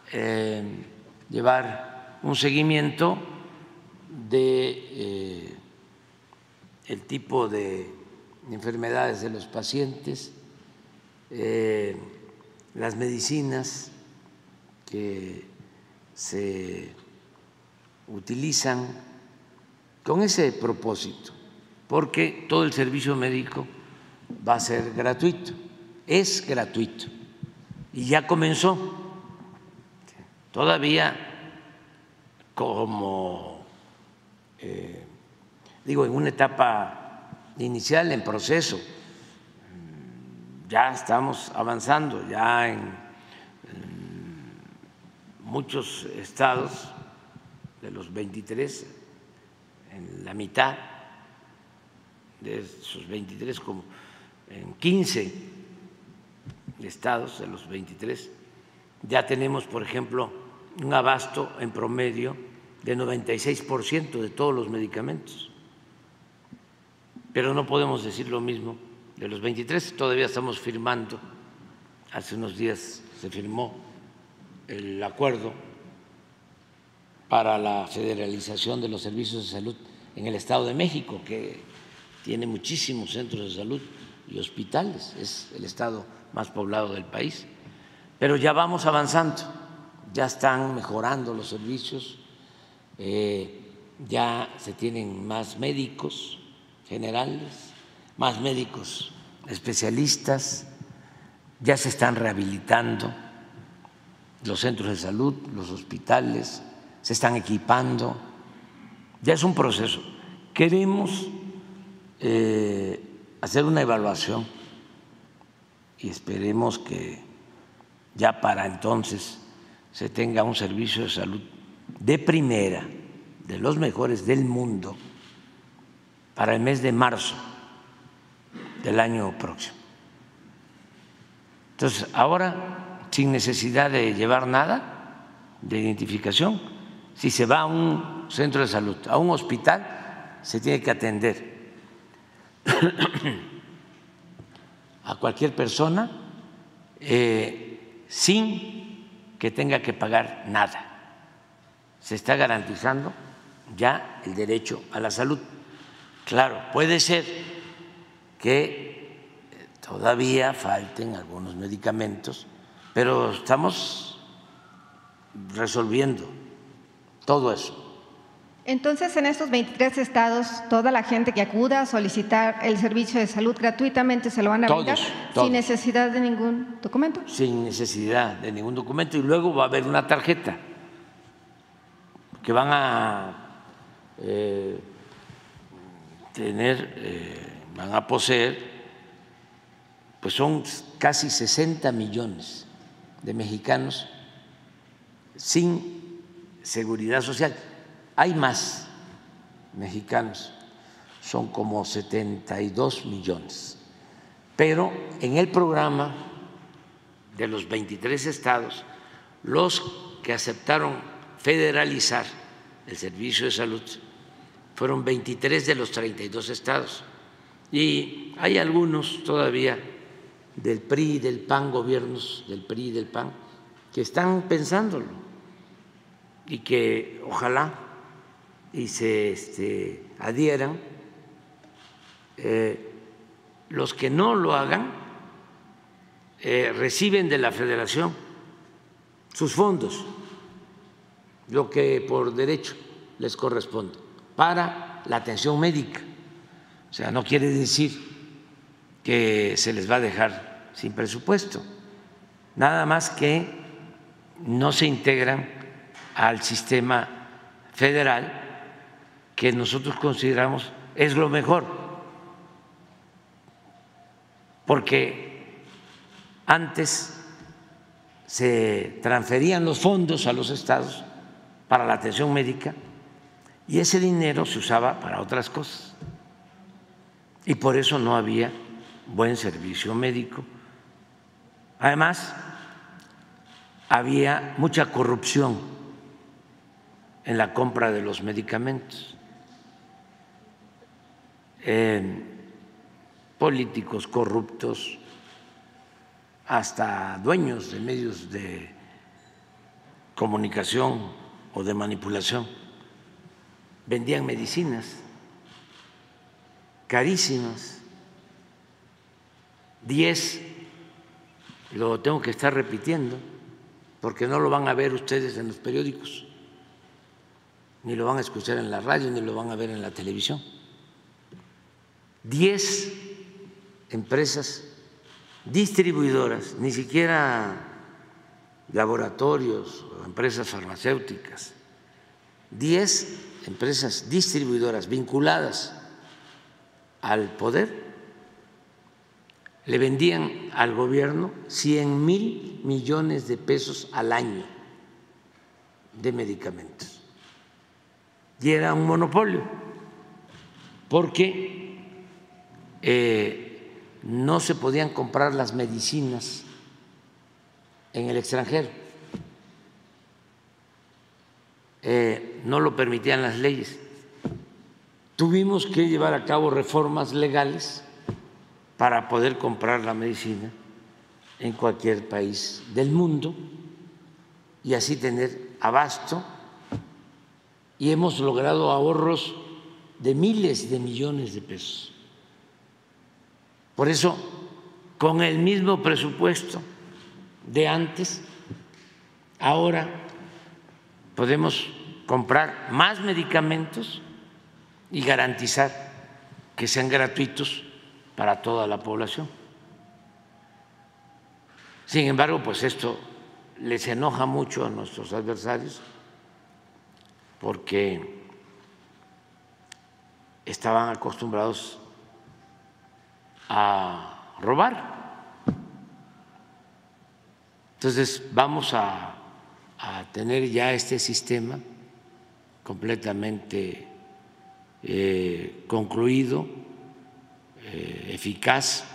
llevar un seguimiento de el tipo de enfermedades de los pacientes, las medicinas que se utilizan con ese propósito, porque todo el servicio médico va a ser gratuito, es gratuito y ya comenzó. Todavía como, digo, en una etapa inicial, en proceso, ya estamos avanzando, ya en muchos estados de los 23, en la mitad de esos 23, como en 15 estados de los 23, ya tenemos, por ejemplo, un abasto en promedio de 96% de todos los medicamentos. Pero no podemos decir lo mismo de los 23, todavía estamos firmando, hace unos días se firmó el acuerdo para la federalización de los servicios de salud en el Estado de México, que tiene muchísimos centros de salud y hospitales, es el estado más poblado del país. Pero ya vamos avanzando, ya están mejorando los servicios, ya se tienen más médicos generales, más médicos especialistas, ya se están rehabilitando los centros de salud, los hospitales, se están equipando, ya es un proceso. Queremos hacer una evaluación y esperemos que ya para entonces se tenga un servicio de salud de primera, de los mejores del mundo, para el mes de marzo del año próximo. Entonces, ahora, sin necesidad de llevar nada de identificación, si se va a un centro de salud, a un hospital, se tiene que atender a cualquier persona sin que tenga que pagar nada. Se está garantizando ya el derecho a la salud. Claro, puede ser que todavía falten algunos medicamentos, pero estamos resolviendo todo eso. Entonces, en estos 23 estados, toda la gente que acuda a solicitar el servicio de salud gratuitamente se lo van a brindar sin necesidad de ningún documento. Sin necesidad de ningún documento, y luego va a haber una tarjeta que van a van a poseer, pues son casi 60 millones de mexicanos sin seguridad social. Hay más mexicanos, son como 72 millones, pero en el programa de los 23 estados, los que aceptaron federalizar el servicio de salud fueron 23 de los 32 estados, y hay algunos todavía del PRI y del PAN, gobiernos del PRI y del PAN, que están pensándolo y que ojalá y se adhieran. Los que no lo hagan reciben de la Federación sus fondos, lo que por derecho les corresponde, para la atención médica. O sea, no quiere decir que se les va a dejar sin presupuesto, nada más que no se integran al sistema federal, que nosotros consideramos es lo mejor, porque antes se transferían los fondos a los estados para la atención médica y ese dinero se usaba para otras cosas, y por eso no había buen servicio médico. Además, había mucha corrupción en la compra de los medicamentos. Políticos corruptos, hasta dueños de medios de comunicación o de manipulación, vendían medicinas carísimas 10, lo tengo que estar repitiendo, porque no lo van a ver ustedes en los periódicos, ni lo van a escuchar en la radio, ni lo van a ver en la televisión. 10 empresas distribuidoras, ni siquiera laboratorios o empresas farmacéuticas, 10 empresas distribuidoras vinculadas al poder le vendían al gobierno 100,000 millones de pesos al año de medicamentos. Y era un monopolio, porque no se podían comprar las medicinas en el extranjero, no lo permitían las leyes. Tuvimos que llevar a cabo reformas legales para poder comprar la medicina en cualquier país del mundo y así tener abasto, y hemos logrado ahorros de miles de millones de pesos. Por eso, con el mismo presupuesto de antes, ahora podemos comprar más medicamentos y garantizar que sean gratuitos para toda la población. Sin embargo, pues esto les enoja mucho a nuestros adversarios, porque estaban acostumbrados a robar. Entonces vamos a tener ya este sistema completamente concluido, eficaz,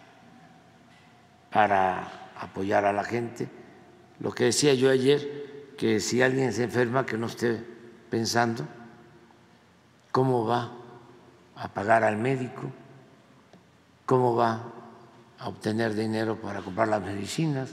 para apoyar a la gente. Lo que decía yo ayer, que si alguien se enferma, que no esté pensando cómo va a pagar al médico, cómo va a obtener dinero para comprar las medicinas,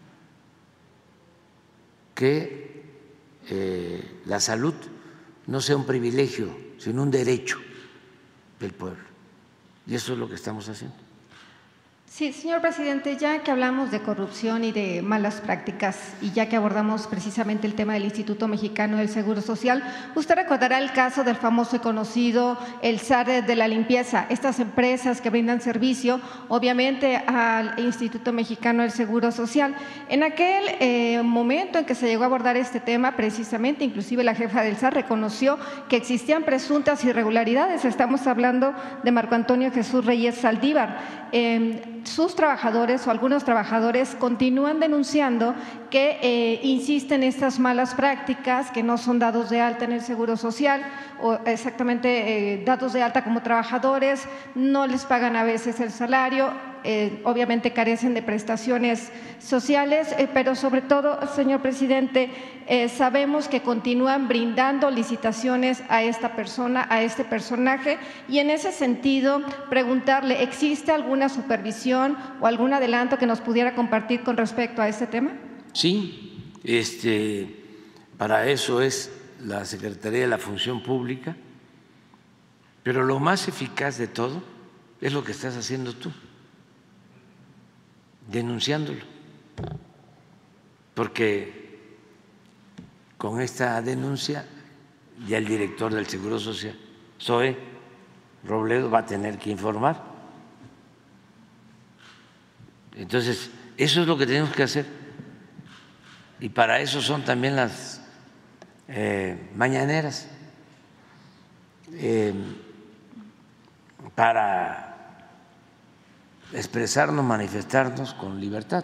que la salud no sea un privilegio, sino un derecho del pueblo. Y eso es lo que estamos haciendo. Sí, señor presidente, ya que hablamos de corrupción y de malas prácticas y ya que abordamos precisamente el tema del Instituto Mexicano del Seguro Social, usted recordará el caso del famoso y conocido el SAR de la limpieza, estas empresas que brindan servicio obviamente al Instituto Mexicano del Seguro Social. En aquel momento en que se llegó a abordar este tema, precisamente, inclusive la jefa del SAR reconoció que existían presuntas irregularidades. Estamos hablando de Marco Antonio Jesús Reyes Saldívar. Sus trabajadores o algunos trabajadores continúan denunciando que insisten en estas malas prácticas, que no son dados de alta en el Seguro Social o exactamente dados de alta como trabajadores, no les pagan a veces el salario, obviamente carecen de prestaciones sociales, pero sobre todo, señor presidente, sabemos que continúan brindando licitaciones a esta persona, a este personaje, y en ese sentido preguntarle, ¿existe alguna supervisión o algún adelanto que nos pudiera compartir con respecto a este tema? Sí, para eso es la Secretaría de la Función Pública, pero lo más eficaz de todo es lo que estás haciendo tú, denunciándolo, porque con esta denuncia ya el director del Seguro Social, Zoe Robledo, va a tener que informar. Entonces, eso es lo que tenemos que hacer, y para eso son también las mañaneras, para expresarnos, manifestarnos con libertad.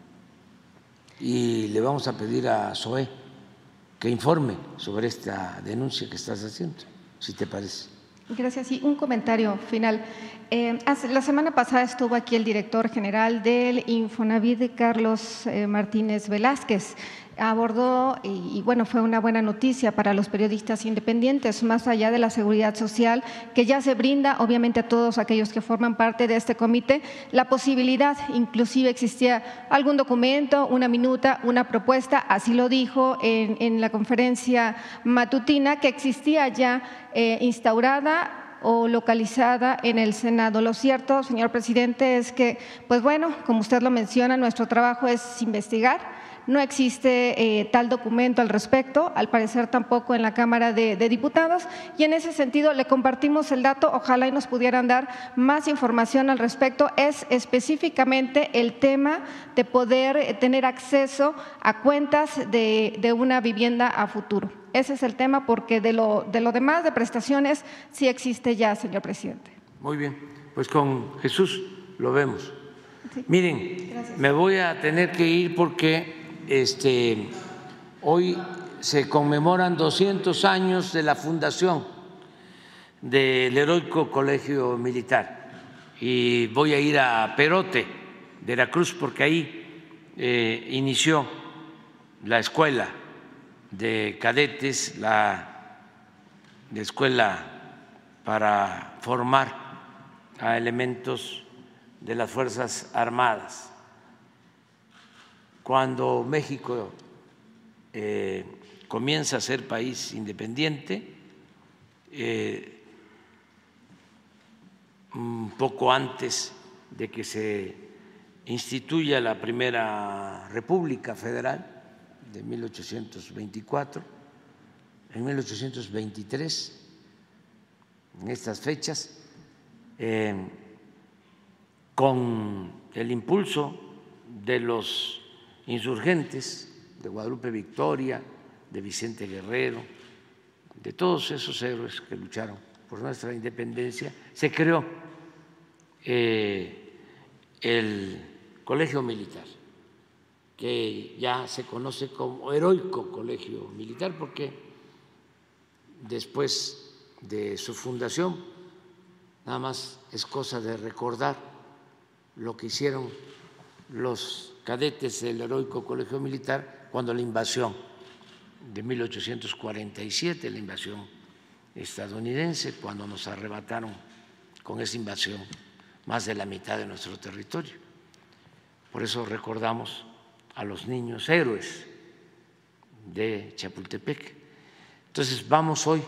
Y le vamos a pedir a Zoe que informe sobre esta denuncia que estás haciendo, si te parece. Gracias. Y un comentario final. La semana pasada estuvo aquí el director general del Infonavit, Carlos Martínez Velázquez. Abordó, y bueno, fue una buena noticia para los periodistas independientes, más allá de la seguridad social, que ya se brinda obviamente a todos aquellos que forman parte de este comité, la posibilidad, inclusive existía algún documento, una minuta, una propuesta, así lo dijo en la conferencia matutina, que existía ya instaurada o localizada en el Senado. Lo cierto, señor presidente, es que, pues bueno, como usted lo menciona, nuestro trabajo es investigar. No existe tal documento al respecto, al parecer tampoco en la Cámara de Diputados, y en ese sentido le compartimos el dato, ojalá y nos pudieran dar más información al respecto. Es específicamente el tema de poder tener acceso a cuentas de una vivienda a futuro. Ese es el tema, porque de lo demás de prestaciones sí existe ya, señor presidente. Muy bien, pues con Jesús lo vemos. Sí. Miren, gracias. Me voy a tener que ir porque hoy se conmemoran 200 años de la fundación del Heroico Colegio Militar y voy a ir a Perote, Veracruz, porque ahí inició la escuela de cadetes, la escuela para formar a elementos de las Fuerzas Armadas. Cuando México comienza a ser país independiente, un poco antes de que se instituya la primera República Federal de 1824, en 1823, en estas fechas, con el impulso de los insurgentes, de Guadalupe Victoria, de Vicente Guerrero, de todos esos héroes que lucharon por nuestra independencia, se creó el Colegio Militar, que ya se conoce como Heroico Colegio Militar, porque después de su fundación nada más es cosa de recordar lo que hicieron los cadetes del Heroico Colegio Militar cuando la invasión de 1847, la invasión estadounidense, cuando nos arrebataron con esa invasión más de la mitad de nuestro territorio. Por eso recordamos a los niños héroes de Chapultepec. Entonces vamos hoy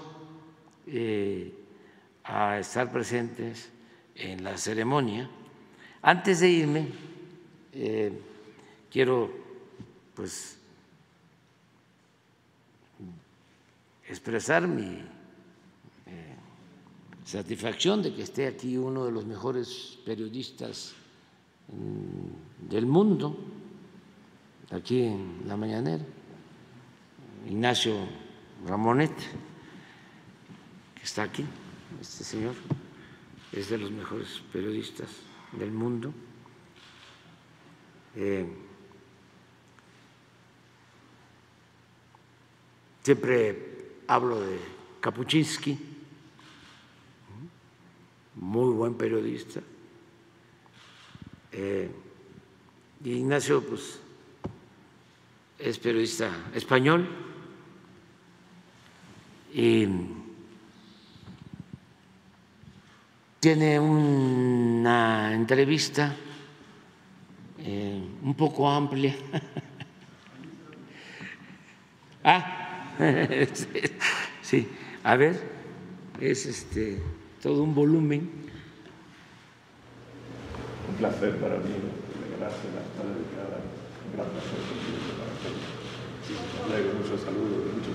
a estar presentes en la ceremonia. Antes de irme, quiero pues expresar mi satisfacción de que esté aquí uno de los mejores periodistas del mundo, aquí en La Mañanera, Ignacio Ramonet, que está aquí. Este señor es de los mejores periodistas del mundo. Siempre hablo de Kapuczynski, muy buen periodista. Y Ignacio, pues, es periodista español y tiene una entrevista un poco amplia. Sí, a ver, es todo un volumen. Un placer para mí, gracias, está dedicada, un gran placer para todos. Sí, le doy muchos saludos, muchos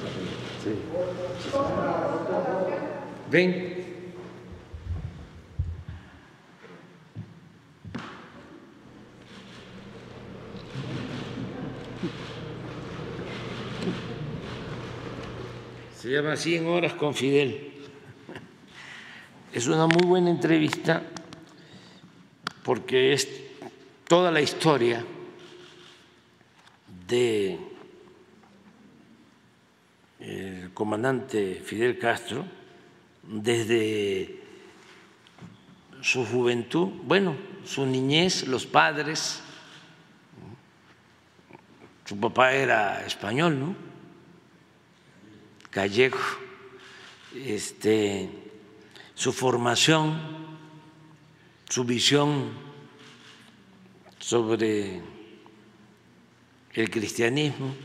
amigos. Sí. Ven. Se llama 100 horas con Fidel. Es una muy buena entrevista porque es toda la historia de el comandante Fidel Castro desde su juventud, bueno, su niñez, los padres. Su papá era español, ¿no? Gallego, su formación, su visión sobre el cristianismo,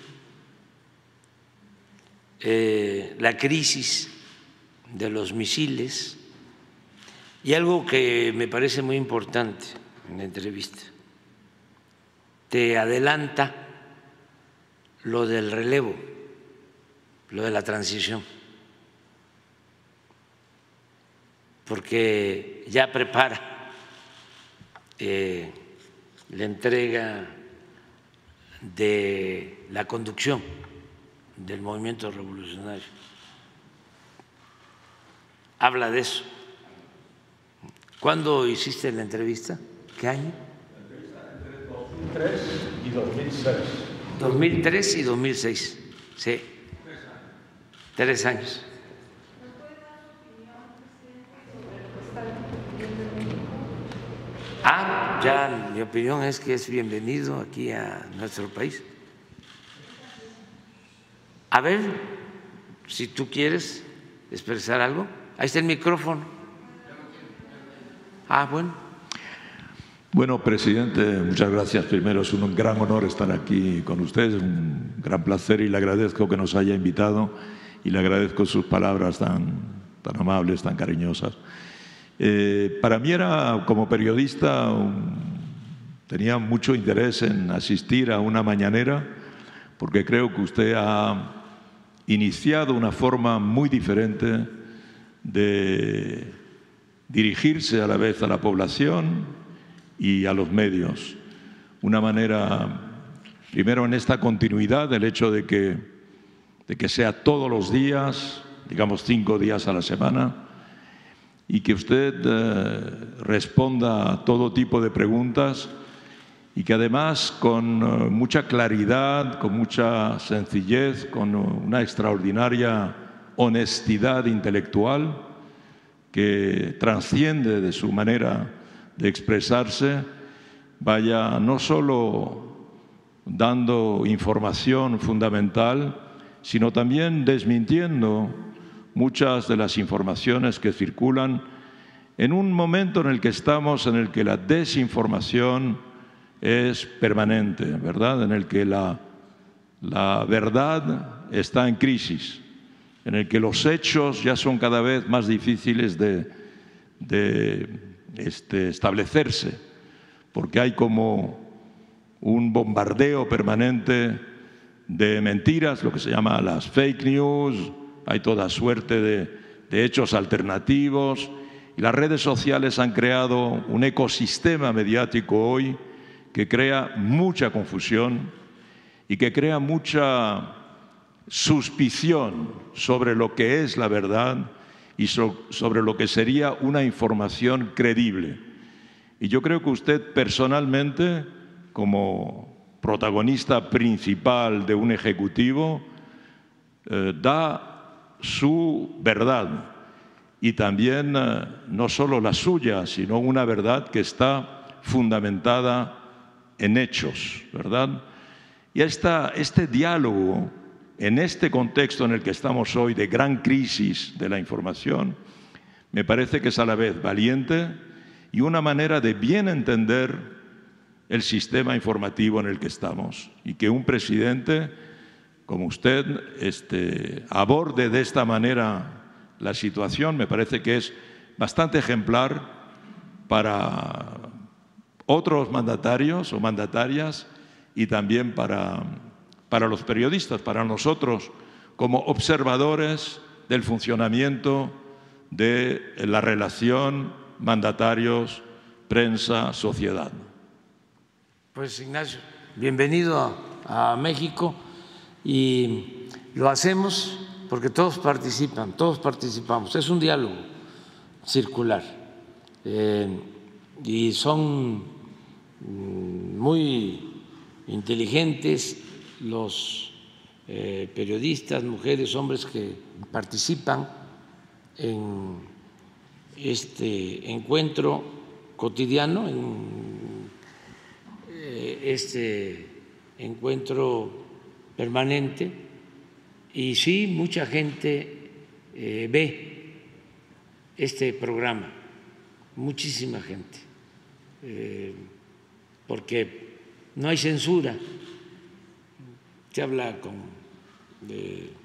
la crisis de los misiles Y algo que me parece muy importante en la entrevista, te adelanta lo del relevo, lo de la transición, porque ya prepara la entrega de la conducción del movimiento revolucionario. Habla de eso. ¿Cuándo hiciste la entrevista? ¿Qué año? Entre 2003 y 2006. 2003 y 2006, sí. 3 años. Ya mi opinión es que es bienvenido aquí a nuestro país. A ver, si tú quieres expresar algo, ahí está el micrófono. Bueno. Bueno, presidente, muchas gracias. Primero, es un gran honor estar aquí con ustedes, un gran placer, y le agradezco que nos haya invitado y le agradezco sus palabras tan amables, tan cariñosas. Para mí era, como periodista, tenía mucho interés en asistir a una mañanera, porque creo que usted ha iniciado una forma muy diferente de dirigirse a la vez a la población y a los medios. Una manera, primero, en esta continuidad, del hecho de que sea todos los días, digamos 5 días a la semana, y que usted responda a todo tipo de preguntas, y que además con mucha claridad, con mucha sencillez, con una extraordinaria honestidad intelectual que trasciende de su manera de expresarse, vaya no solo dando información fundamental, sino también desmintiendo muchas de las informaciones que circulan en un momento en el que estamos, en el que la desinformación es permanente, ¿verdad? En el que la verdad está en crisis, en el que los hechos ya son cada vez más difíciles de establecerse, porque hay como un bombardeo permanente de mentiras, lo que se llama las fake news. Hay toda suerte de hechos alternativos, y las redes sociales han creado un ecosistema mediático hoy que crea mucha confusión y que crea mucha suspición sobre lo que es la verdad y sobre lo que sería una información creíble. Y yo creo que usted personalmente, como protagonista principal de un ejecutivo, da su verdad, y también no solo la suya, sino una verdad que está fundamentada en hechos, ¿verdad? Y este diálogo, en este contexto en el que estamos hoy de gran crisis de la información, me parece que es a la vez valiente y una manera de bien entender el sistema informativo en el que estamos, y que un presidente como usted aborde de esta manera la situación, me parece que es bastante ejemplar para otros mandatarios o mandatarias, y también para los periodistas, para nosotros como observadores del funcionamiento de la relación mandatarios-prensa-sociedad. Pues Ignacio, bienvenido a México, y lo hacemos porque todos participan, todos participamos. Es un diálogo circular, y son muy inteligentes los periodistas, mujeres, hombres que participan en este encuentro cotidiano, en este encuentro permanente. Y sí, mucha gente ve este programa, muchísima gente, porque no hay censura, se habla con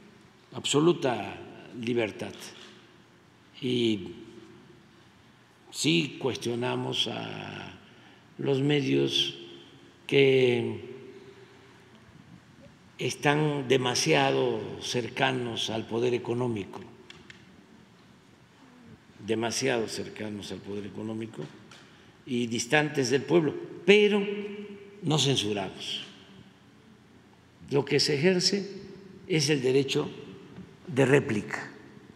absoluta libertad, y sí cuestionamos a los medios que están demasiado cercanos al poder económico, demasiado cercanos al poder económico y distantes del pueblo, pero no censuramos. Lo que se ejerce es el derecho de réplica.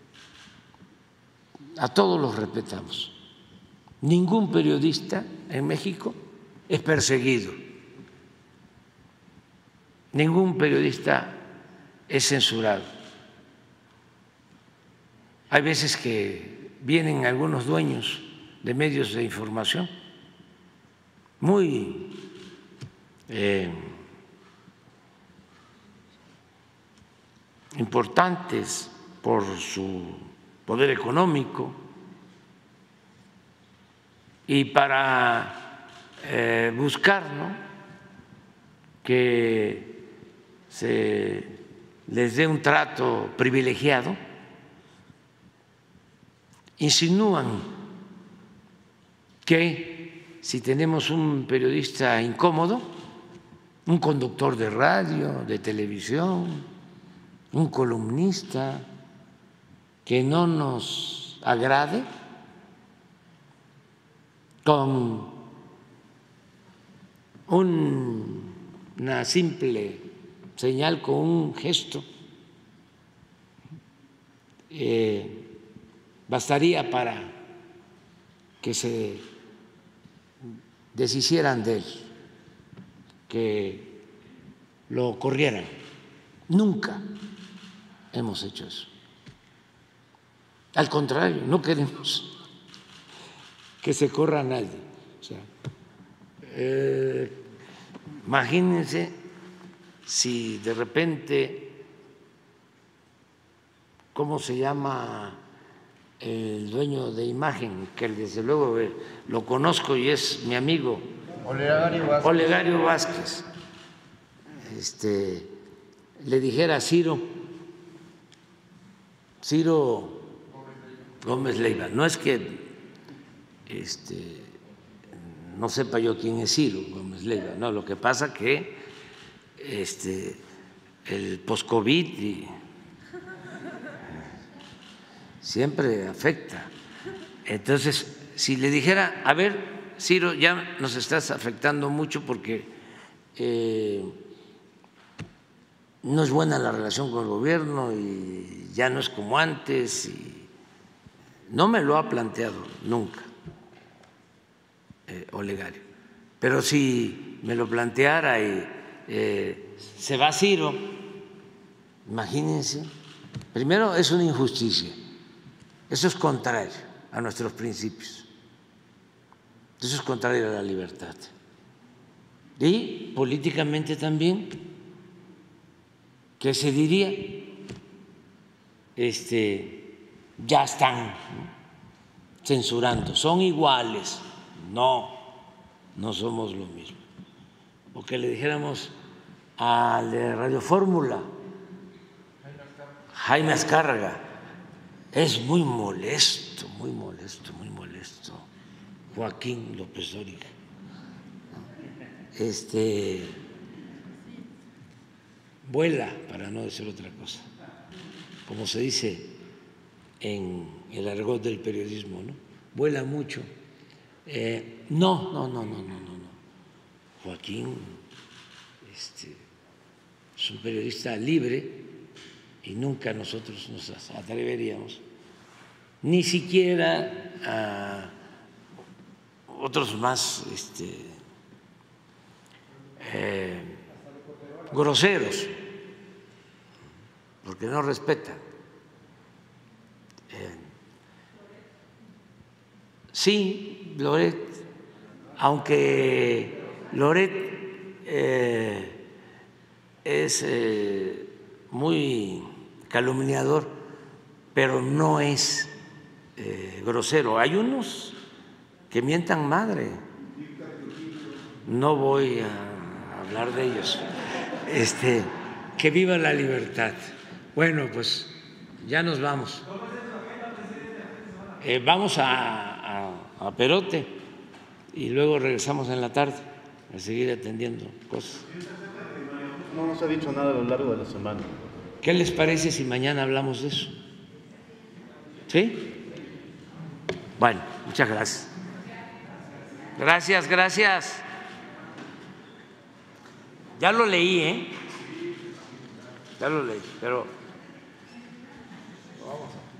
A todos los respetamos. Ningún periodista en México es perseguido. Ningún periodista es censurado. Hay veces que vienen algunos dueños de medios de información muy importantes por su poder económico y para buscar, ¿no?, que se les dé un trato privilegiado, insinúan que si tenemos un periodista incómodo, un conductor de radio, de televisión, un columnista que no nos agrade, con una simple señal, con un gesto, bastaría para que se deshicieran de él, que lo corrieran. Nunca hemos hecho eso. Al contrario, no queremos que se corra a nadie. O sea, imagínense si de repente, ¿cómo se llama el dueño de Imagen? Que desde luego lo conozco y es mi amigo, Olegario Vázquez. Le dijera a Ciro Gómez Leiva, no es que no sepa yo quién es Ciro Gómez Leiva, no, lo que pasa que el post-COVID siempre afecta. Entonces, si le dijera, a ver, Ciro, ya nos estás afectando mucho porque no es buena la relación con el gobierno y ya no es como antes, y no me lo ha planteado nunca Olegario, pero si me lo planteara y se va Ciro, imagínense, primero es una injusticia, eso es contrario a nuestros principios, eso es contrario a la libertad y políticamente también, que se diría, ya están censurando, son iguales. No, no somos lo mismo. O que le dijéramos al de Radio Fórmula, Jaime Azcárraga, es muy molesto, muy molesto, muy molesto, Joaquín López Dóriga. Vuela, para no decir otra cosa, como se dice en el argot del periodismo, ¿no? Vuela mucho. No. Joaquín es un periodista libre y nunca nosotros nos atreveríamos, ni siquiera a otros más groseros, porque no respetan. Sí, Loret, aunque Loret es muy calumniador, pero no es grosero. Hay unos que mientan madre, no voy a hablar de ellos. Que viva la libertad. Bueno, pues ya nos vamos. Vamos a a Perote y luego regresamos en la tarde a seguir atendiendo cosas. No nos ha dicho nada a lo largo de la semana. ¿Qué les parece si mañana hablamos de eso? ¿Sí? Bueno, muchas gracias. Gracias. Ya lo leí, ¿eh? Ya lo leí, pero vamos a